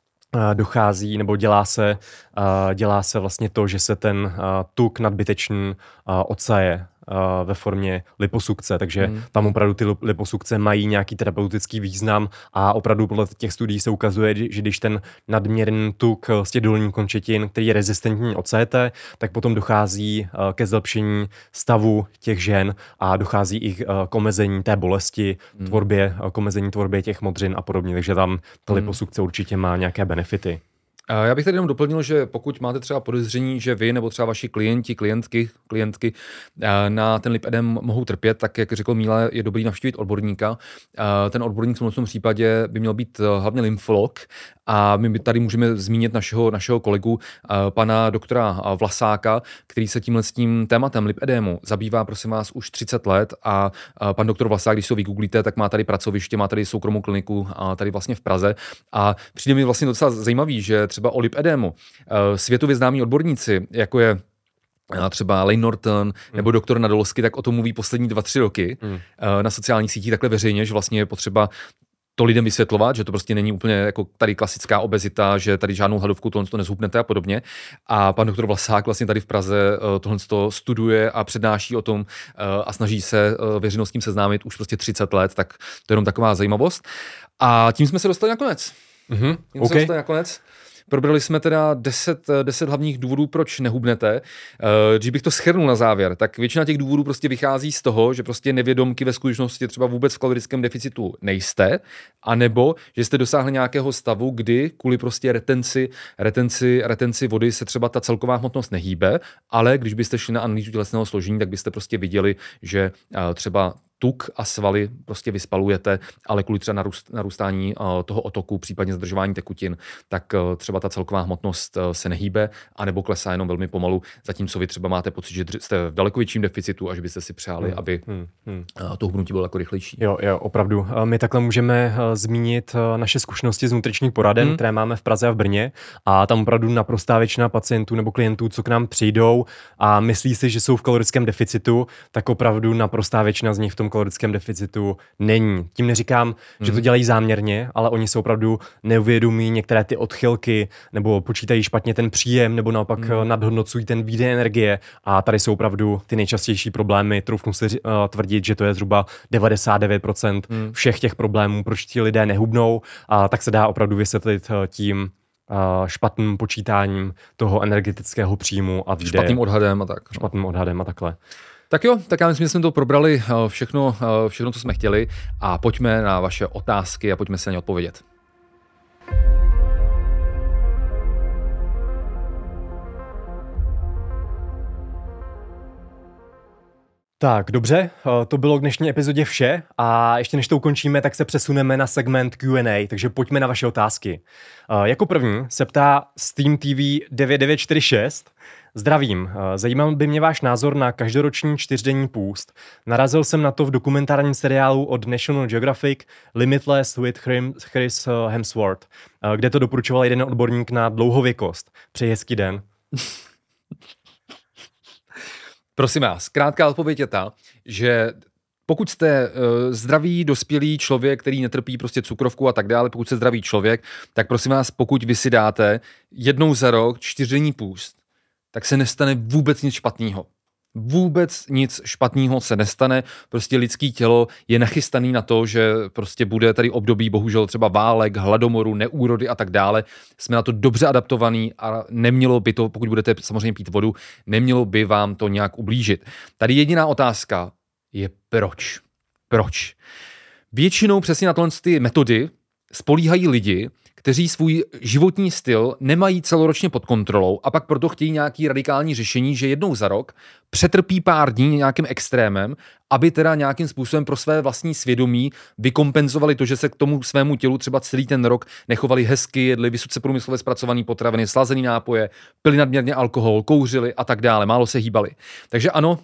dochází, nebo dělá se, dělá se vlastně to, že se ten tuk nadbytečný odsaje ve formě liposukce, takže hmm. tam opravdu ty liposukce mají nějaký terapeutický význam a opravdu podle těch studií se ukazuje, že když ten nadměrný tuk z těch dolních končetin, který je rezistentní, odsajete, tak potom dochází ke zlepšení stavu těch žen a dochází i k omezení té bolesti, hmm. tvorbě, k omezení tvorbě těch modřin a podobně, takže tam ta liposukce určitě má nějaké benefity. Já bych tady jenom doplnil, že pokud máte třeba podezření, že vy nebo třeba vaši klienti, klientky, klientky na ten lipedem mohou trpět, tak jak řekl Míla, je dobrý navštívit odborníka. Ten odborník v tom případě by měl být hlavně lymfolog a my tady můžeme zmínit našeho, našeho kolegu, pana doktora Vlasáka, který se tímhle s tím tématem lipedému zabývá, prosím vás, už třicet let a pan doktor Vlasák, když se ho vygooglíte, tak má tady pracoviště, má tady soukromou kliniku tady vlastně v Praze a přijde mi vlastně docela zajímavý, že třeba o lipedému světově známí odborníci, jako je třeba Lane Norton nebo mm. doktor Nadolsky, tak o tom mluví poslední dva, tři roky mm. na sociálních sítích takhle veřejně, že vlastně je potřeba to lidem vysvětlovat, že to prostě není úplně jako tady klasická obezita, že tady žádnou hladovku tohle to nezhubnete a podobně. A pan doktor Vlasák vlastně tady v Praze tohle to studuje a přednáší o tom a snaží se veřejnost s tím seznámit už prostě třicet let, tak to je jenom taková zajímavost. A tím jsme se dostali nakonec. Mm-hmm. Tím okay. se dostali nakonec. Probrali jsme teda deset, deset hlavních důvodů, proč nehubnete. Když bych to shrnul na závěr, tak většina těch důvodů prostě vychází z toho, že prostě nevědomky ve skutečnosti třeba vůbec v kalorickém deficitu nejste, anebo že jste dosáhli nějakého stavu, kdy kvůli prostě retenci, retenci, retenci vody se třeba ta celková hmotnost nehýbe, ale když byste šli na analýzu tělesného složení, tak byste prostě viděli, že třeba tuk a svaly prostě vyspalujete, ale kvůli třeba narůst, narůstání uh, toho otoku, případně zadržování tekutin, tak uh, třeba ta celková hmotnost uh, se nehýbe, anebo klesá jenom velmi pomalu, zatímco vy třeba máte pocit, že jste v daleko větším deficitu a že byste si přáli, hmm. aby hmm. Hmm. Uh, to hubnutí bylo jako rychlejší. Jo, jo, opravdu. My takhle můžeme uh, zmínit uh, naše zkušenosti z nutričních poraden, hmm. které máme v Praze a v Brně a tam opravdu naprostá většina pacientů nebo klientů, co k nám přijdou a myslí si, že jsou v kalorickém deficitu, tak opravdu naprostá většina z nich v tom kalorickém deficitu není. Tím neříkám, hmm. že to dělají záměrně, ale oni se opravdu neuvědomí některé ty odchylky nebo počítají špatně ten příjem nebo naopak hmm. nadhodnocují ten výdej energie a tady jsou opravdu ty nejčastější problémy. Troufnu si uh, tvrdit, že to je zhruba devadesát devět procent hmm. všech těch problémů, proč ti lidé nehubnou a tak se dá opravdu vysvětlit uh, tím uh, špatným počítáním toho energetického příjmu a výdeje. Špatným odhadem a tak. Špatným odhadem a takhle. Tak jo, tak já myslím, že jsme to probrali všechno, všechno, co jsme chtěli a pojďme na vaše otázky a pojďme se na ně odpovědět. Tak, dobře, to bylo k dnešní epizodě vše a ještě než to ukončíme, tak se přesuneme na segment Q and A, takže pojďme na vaše otázky. Jako první se ptá Steam T V devět devět čtyři šest. Zdravím, zajímal by mě váš názor na každoroční čtyřdenní půst. Narazil jsem na to v dokumentárním seriálu od National Geographic Limitless with Chris Hemsworth, kde to doporučoval jeden odborník na dlouhověkost. Přeji hezký den. Prosím vás, krátká odpověď je ta, že pokud jste uh, zdravý, dospělý člověk, který netrpí prostě cukrovku a tak dále, pokud jste zdravý člověk, tak prosím vás, pokud vy si dáte jednou za rok čtyřdenní půst, tak se nestane vůbec nic špatného. Vůbec nic špatného se nestane, prostě lidský tělo je nachystaný na to, že prostě bude tady období bohužel třeba válek, hladomoru, neúrody a tak dále. Jsme na to dobře adaptovaný a nemělo by to, pokud budete samozřejmě pít vodu, nemělo by vám to nějak ublížit. Tady jediná otázka je proč. Proč? Většinou přesně na tohle ty metody spolíhají lidi, kteří svůj životní styl nemají celoročně pod kontrolou a pak proto chtějí nějaký radikální řešení, že jednou za rok přetrpí pár dní nějakým extrémem, aby teda nějakým způsobem pro své vlastní svědomí vykompenzovali to, že se k tomu svému tělu třeba celý ten rok nechovali hezky, jedli vysoce průmyslově zpracované potraviny, slazený nápoje, pili nadměrně alkohol, kouřili a tak dále, málo se hýbali. Takže ano,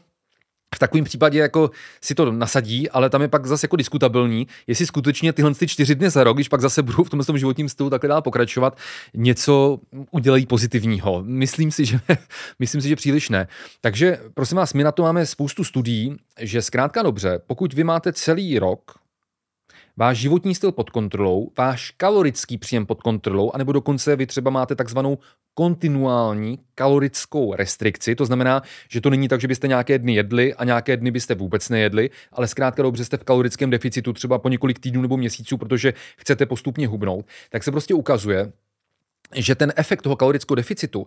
v takovém případě jako si to nasadí, ale tam je pak zase jako diskutabilní, jestli skutečně tyhle ty čtyři dny za rok, když pak zase budou v tomhle životním stylu takhle dál pokračovat, něco udělají pozitivního. Myslím si, že, myslím si, že příliš ne. Takže prosím vás, my na to máme spoustu studií, že zkrátka dobře, pokud vy máte celý rok váš životní styl pod kontrolou, váš kalorický příjem pod kontrolou, anebo dokonce vy třeba máte takzvanou kontinuální kalorickou restrikci, to znamená, že to není tak, že byste nějaké dny jedli a nějaké dny byste vůbec nejedli, ale zkrátka dobře jste v kalorickém deficitu třeba po několik týdnů nebo měsíců, protože chcete postupně hubnout, tak se prostě ukazuje, že ten efekt toho kalorického deficitu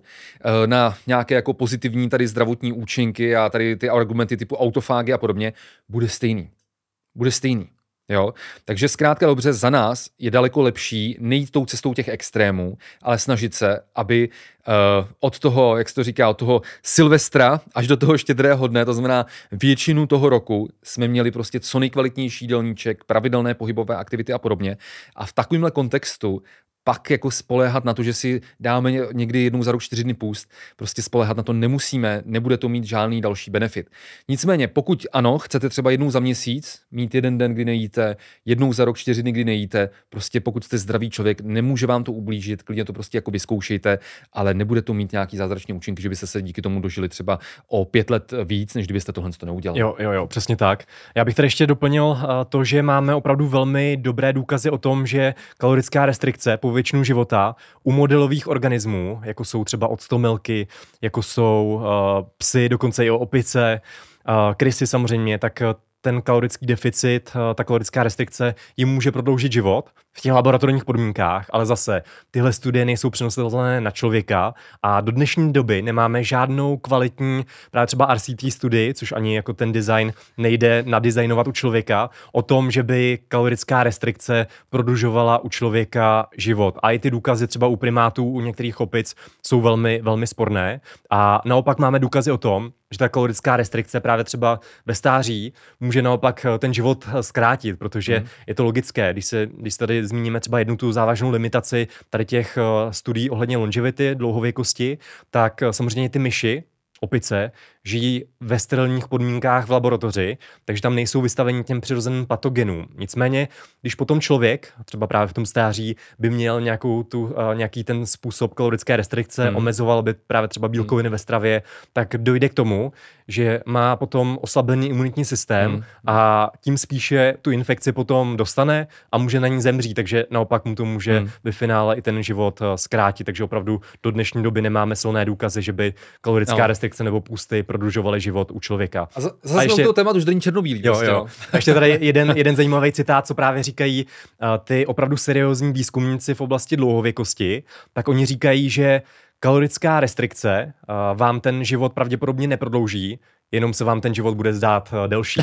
na nějaké jako pozitivní tady zdravotní účinky a tady ty argumenty typu autofágy a podobně bude stejný. Bude stejný. Jo? Takže zkrátka dobře, za nás je daleko lepší nejít tou cestou těch extrémů, ale snažit se, aby uh, od toho, jak se to říká, od toho Silvestra až do toho štědrého dne, to znamená většinu toho roku, jsme měli prostě co nejkvalitnější jídelníček, pravidelné pohybové aktivity a podobně. A v takovémhle kontextu pak jako spoléhat na to, že si dáme někdy jednou za rok čtyři dny půst, prostě spoléhat na to nemusíme, nebude to mít žádný další benefit. Nicméně, pokud ano, chcete třeba jednou za měsíc mít jeden den, kdy nejíte, jednou za rok čtyři dny, kdy nejíte, prostě pokud jste zdravý člověk, nemůže vám to ublížit, klidně to prostě jako vyzkoušejte, ale nebude to mít nějaký zázračný účinky, že byste se díky tomu dožili třeba o pět let víc, než kdybyste tohle to neudělali. Jo, jo, jo, přesně tak. Já bych tady ještě doplnil to, že máme opravdu velmi dobré důkazy o tom, že kalorická restrikce po většinu života u modelových organismů, jako jsou třeba octomilky, jako jsou uh, psy, dokonce i opice, uh, krysy samozřejmě, tak ten kalorický deficit, ta kalorická restrikce jim může prodloužit život v těch laboratorních podmínkách, ale zase tyhle studie nejsou přenositelné na člověka a do dnešní doby nemáme žádnou kvalitní, právě třeba R C T studii, což ani jako ten design nejde nadizajnovat u člověka, o tom, že by kalorická restrikce prodlužovala u člověka život. A i ty důkazy třeba u primátů, u některých opic jsou velmi, velmi sporné. A naopak máme důkazy o tom, že ta kalorická restrikce právě třeba ve stáří může naopak ten život zkrátit, protože mm. je to logické. Když se, když tady zmíníme třeba jednu tu závažnou limitaci tady těch studií ohledně longevity, dlouhověkosti, tak samozřejmě ty myši, opice, žijí ve sterilních podmínkách v laboratoři, takže tam nejsou vystaveni těm přirozeným patogenům. Nicméně, když potom člověk, třeba právě v tom stáří, by měl nějakou tu, uh, nějaký ten způsob kalorické restrikce, hmm. omezoval by právě třeba bílkoviny hmm. ve stravě, tak dojde k tomu, že má potom oslabený imunitní systém hmm. a tím spíše tu infekci potom dostane a může na ní zemřít, takže naopak mu to může hmm. ve finále i ten život uh, zkrátit, takže opravdu do dnešní doby nemáme silné důkazy, že by kalorická no. restrikce nebo půsty prodlužovaly život u člověka. A zase a ještě, toho tématu už není černobílý. Jo, prostě, jo. No. A ještě tady jeden, jeden zajímavý citát, co právě říkají uh, ty opravdu seriózní výzkumníci v oblasti dlouhověkosti, tak oni říkají, že kalorická restrikce uh, vám ten život pravděpodobně neprodlouží, jenom se vám ten život bude zdát uh, delší.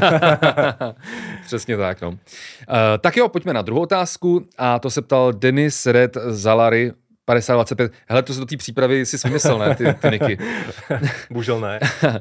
Přesně tak, no. Uh, tak jo, pojďme na druhou otázku a to se ptal Denis Red Zalary. padesát dvacet pět. Hele, to se do té přípravy si vymyslel, ne, ty, ty niky. Bohužel ne.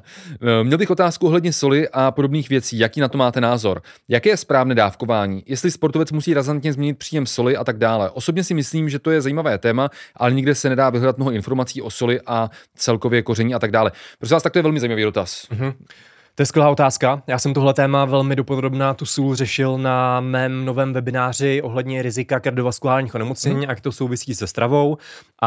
Měl bych otázku ohledně soli a podobných věcí. Jaký na to máte názor? Jaké je správné dávkování? Jestli sportovec musí razantně změnit příjem soli a tak dále. Osobně si myslím, že to je zajímavé téma, ale nikde se nedá vyhledat mnoho informací o soli a celkově koření a tak dále. Prosím vás, tak to je velmi zajímavý dotaz. Mm-hmm. To je skvělá otázka. Já jsem tohle téma velmi dopodrobná tu sůl řešil na mém novém webináři ohledně rizika kardiovaskulárních onemocnění, hmm. jak to souvisí se stravou.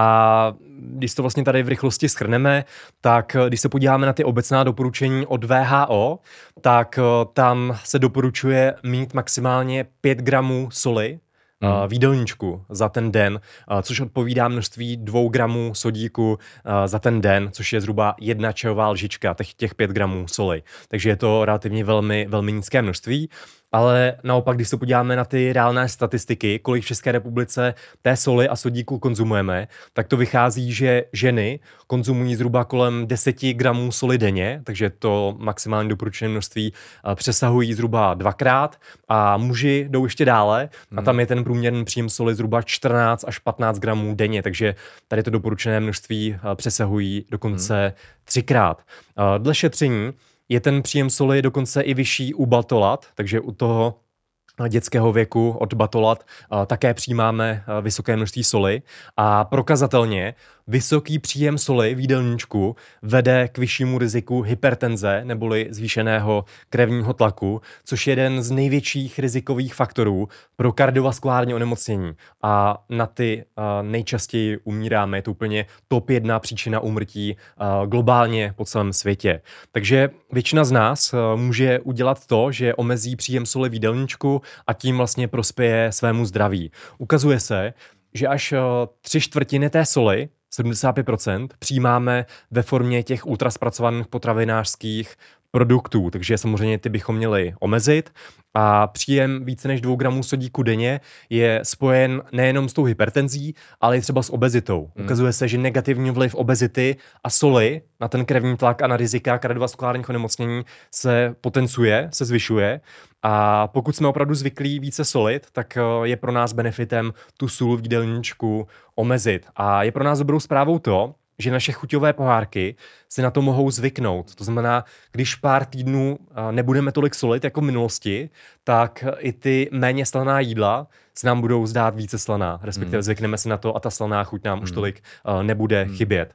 A když to vlastně tady v rychlosti shrneme, tak když se podíváme na ty obecná doporučení od W H O, tak tam se doporučuje mít maximálně pět gramů soli Hmm. v jídelníčku za ten den, což odpovídá množství dvou gramů sodíku za ten den, což je zhruba jedna čajová lžička, těch, těch pět gramů soli. Takže je to relativně velmi, velmi nízké množství. Ale naopak, když se podíváme na ty reálné statistiky, kolik v České republice té soli a sodíku konzumujeme, tak to vychází, že ženy konzumují zhruba kolem deset gramů soli denně, takže to maximální doporučené množství přesahují zhruba dvakrát a muži jdou ještě dále a tam je ten průměrný příjem soli zhruba čtrnáct až patnáct gramů denně, takže tady to doporučené množství přesahují dokonce hmm. třikrát. Dle šetření je ten příjem soli dokonce i vyšší u batolat, takže u toho dětského věku od batolat také přijímáme vysoké množství soli a prokazatelně vysoký příjem soli v jídelníčku vede k vyššímu riziku hypertenze neboli zvýšeného krevního tlaku, což je jeden z největších rizikových faktorů pro kardiovaskulární onemocnění. A na ty nejčastěji umíráme. Je to úplně top jedna příčina úmrtí globálně po celém světě. Takže většina z nás může udělat to, že omezí příjem soli v jídelníčku a tím vlastně prospěje svému zdraví. Ukazuje se, že až tři čtvrtiny té soli, sedmdesát pět procent, přijímáme ve formě těch ultraspracovaných potravinářských produktů, takže samozřejmě ty bychom měli omezit a příjem více než dvou gramů sodíku denně je spojen nejenom s tou hypertenzí, ale i třeba s obezitou. Hmm. Ukazuje se, že negativní vliv obezity a soli na ten krevní tlak a na rizika kardiovaskulárních onemocnění se potenciuje, se zvyšuje a pokud jsme opravdu zvyklí více solit, tak je pro nás benefitem tu sůl v jídelníčku omezit. A je pro nás dobrou zprávou to, že naše chuťové pohárky si na to mohou zvyknout. To znamená, když pár týdnů nebudeme tolik solit jako v minulosti, tak i ty méně slaná jídla se nám budou zdát více slaná. Respektive hmm. zvykneme si na to a ta slaná chuť nám hmm. už tolik nebude hmm. chybět.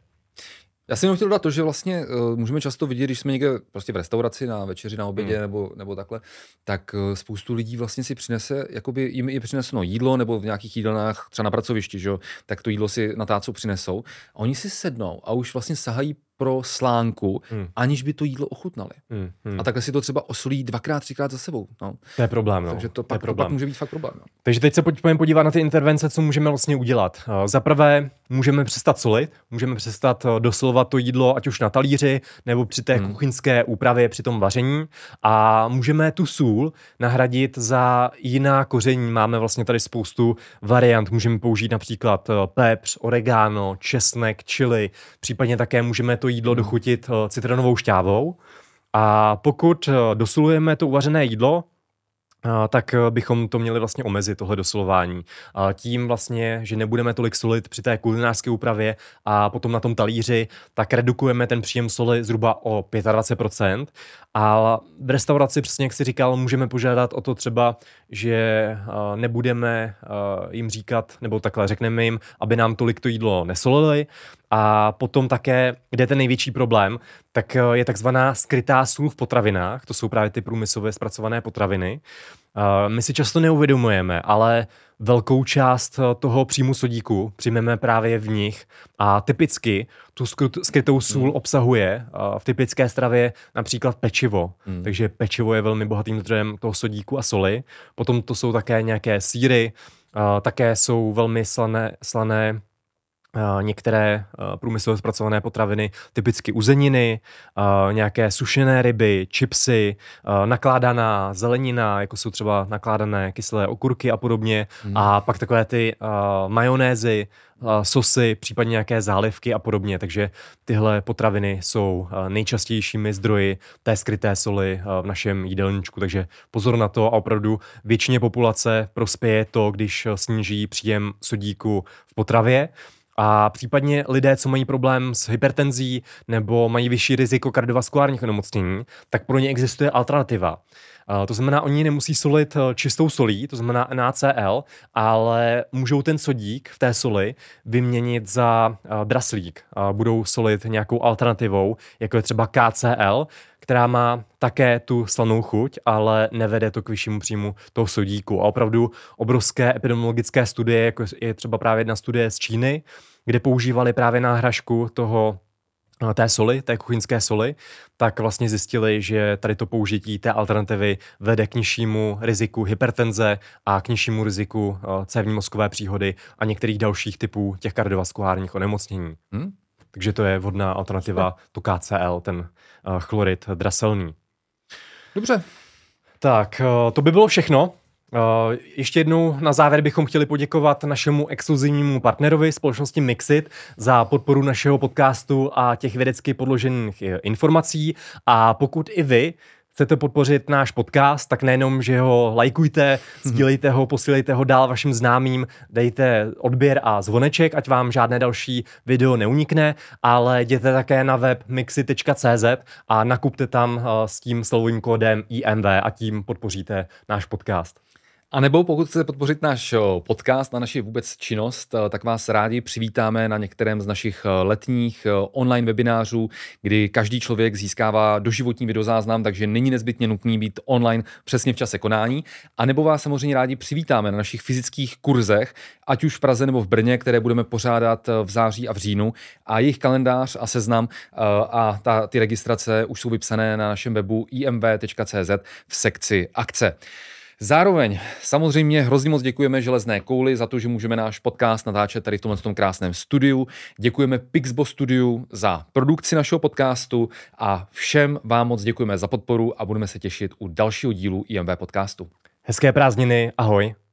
Já jsem jenom chtěl dát to, že vlastně uh, můžeme často vidět, když jsme někde prostě v restauraci na večeři, na obědě hmm. nebo, nebo takhle, tak uh, spoustu lidí vlastně si přinese, jakoby jim je přineseno jídlo nebo v nějakých jídelnách, třeba na pracovišti, že jo, tak to jídlo si na tácu přinesou a oni si sednou a už vlastně sahají pro slánku, hmm. aniž by to jídlo ochutnali. Hmm. Hmm. A takhle si to třeba osolí dvakrát, třikrát za sebou. No. To je problém. No. Takže to, to, pak, problém. to pak může být fakt problém. No. Takže teď se pojďme podívat na ty intervence, co můžeme vlastně udělat. Za prvé, můžeme přestat solit, můžeme přestat dosolovat to jídlo, ať už na talíři, nebo při té hmm. kuchyňské úpravě, při tom vaření. A můžeme tu sůl nahradit za jiná koření. Máme vlastně tady spoustu variant. Můžeme použít například pepř, oregano, česnek, chili. Případně také můžeme to jídlo dochutit citronovou šťávou. A pokud dosolujeme to uvařené jídlo, tak bychom to měli vlastně omezit, tohle dosolování. Tím vlastně, že nebudeme tolik solit při té kulinářské úpravě a potom na tom talíři, tak redukujeme ten příjem soli zhruba o dvacet pět procent. A v restauraci, přesně jak jsi říkal, můžeme požádat o to třeba, že nebudeme jim říkat, nebo takhle řekneme jim, aby nám tolik to jídlo nesolili. A potom také, kde je ten největší problém, tak je takzvaná skrytá sůl v potravinách, to jsou právě ty průmyslově zpracované potraviny. My si často neuvědomujeme, ale velkou část toho příjmu sodíku přijmeme právě v nich a typicky tu skrytou sůl hmm. obsahuje v typické stravě například pečivo. Hmm. Takže pečivo je velmi bohatým zdrojem toho sodíku a soli. Potom to jsou také nějaké sýry, také jsou velmi slané, slané některé průmyslově zpracované potraviny, typicky uzeniny, nějaké sušené ryby, chipsy, nakládaná zelenina, jako jsou třeba nakládané kyselé okurky a podobně. Hmm. A pak takové ty majonézy, sosy, případně nějaké zálivky a podobně. Takže tyhle potraviny jsou nejčastějšími zdroji té skryté soli v našem jídelníčku. Takže pozor na to a opravdu většině populace prospěje to, když sníží příjem sodíku v potravě. A případně lidé, co mají problém s hypertenzí nebo mají vyšší riziko kardiovaskulárních onemocnění, tak pro ně existuje alternativa. To znamená, oni nemusí solit čistou solí, to znamená N A C L, ale můžou ten sodík v té soli vyměnit za draslík. Budou solit nějakou alternativou, jako je třeba K C L, která má také tu slanou chuť, ale nevede to k vyššímu příjmu toho sodíku. A opravdu obrovské epidemiologické studie, jako je třeba právě jedna studie z Číny, kde používali právě náhražku toho té soli, té kuchyňské soli, tak vlastně zjistili, že tady to použití té alternativy vede k nižšímu riziku hypertenze a k nižšímu riziku cévní mozkové příhody a některých dalších typů těch kardiovaskulárních onemocnění. Hmm? Takže to je vhodná alternativa, to K C L, ten uh, chlorid draselný. Dobře. Tak, uh, to by bylo všechno. Uh, ještě jednou na závěr bychom chtěli poděkovat našemu exkluzivnímu partnerovi společnosti Mixit za podporu našeho podcastu a těch vědecky podložených informací. A pokud i vy chcete podpořit náš podcast, tak nejenom, že ho lajkujte, sdílejte ho, posílejte ho dál vašim známým, dejte odběr a zvoneček, ať vám žádné další video neunikne, ale jděte také na web mixit tečka cé zet a nakupte tam s tím slovovým kódem I M V a tím podpoříte náš podcast. A nebo pokud chcete podpořit náš podcast a naši vůbec činnost, tak vás rádi přivítáme na některém z našich letních online webinářů, kdy každý člověk získává doživotní videozáznam, takže není nezbytně nutný být online přesně v čase konání. A nebo vás samozřejmě rádi přivítáme na našich fyzických kurzech, ať už v Praze nebo v Brně, které budeme pořádat v září a v říjnu. A jejich kalendář a seznam a ta, ty registrace už jsou vypsané na našem webu I M V tečka cé zet v sekci akce. Zároveň samozřejmě hrozně moc děkujeme Železné kouli za to, že můžeme náš podcast natáčet tady v tomhle tom krásném studiu. Děkujeme Pixbo Studiu za produkci našeho podcastu a všem vám moc děkujeme za podporu a budeme se těšit u dalšího dílu I M V podcastu. Hezké prázdniny, ahoj.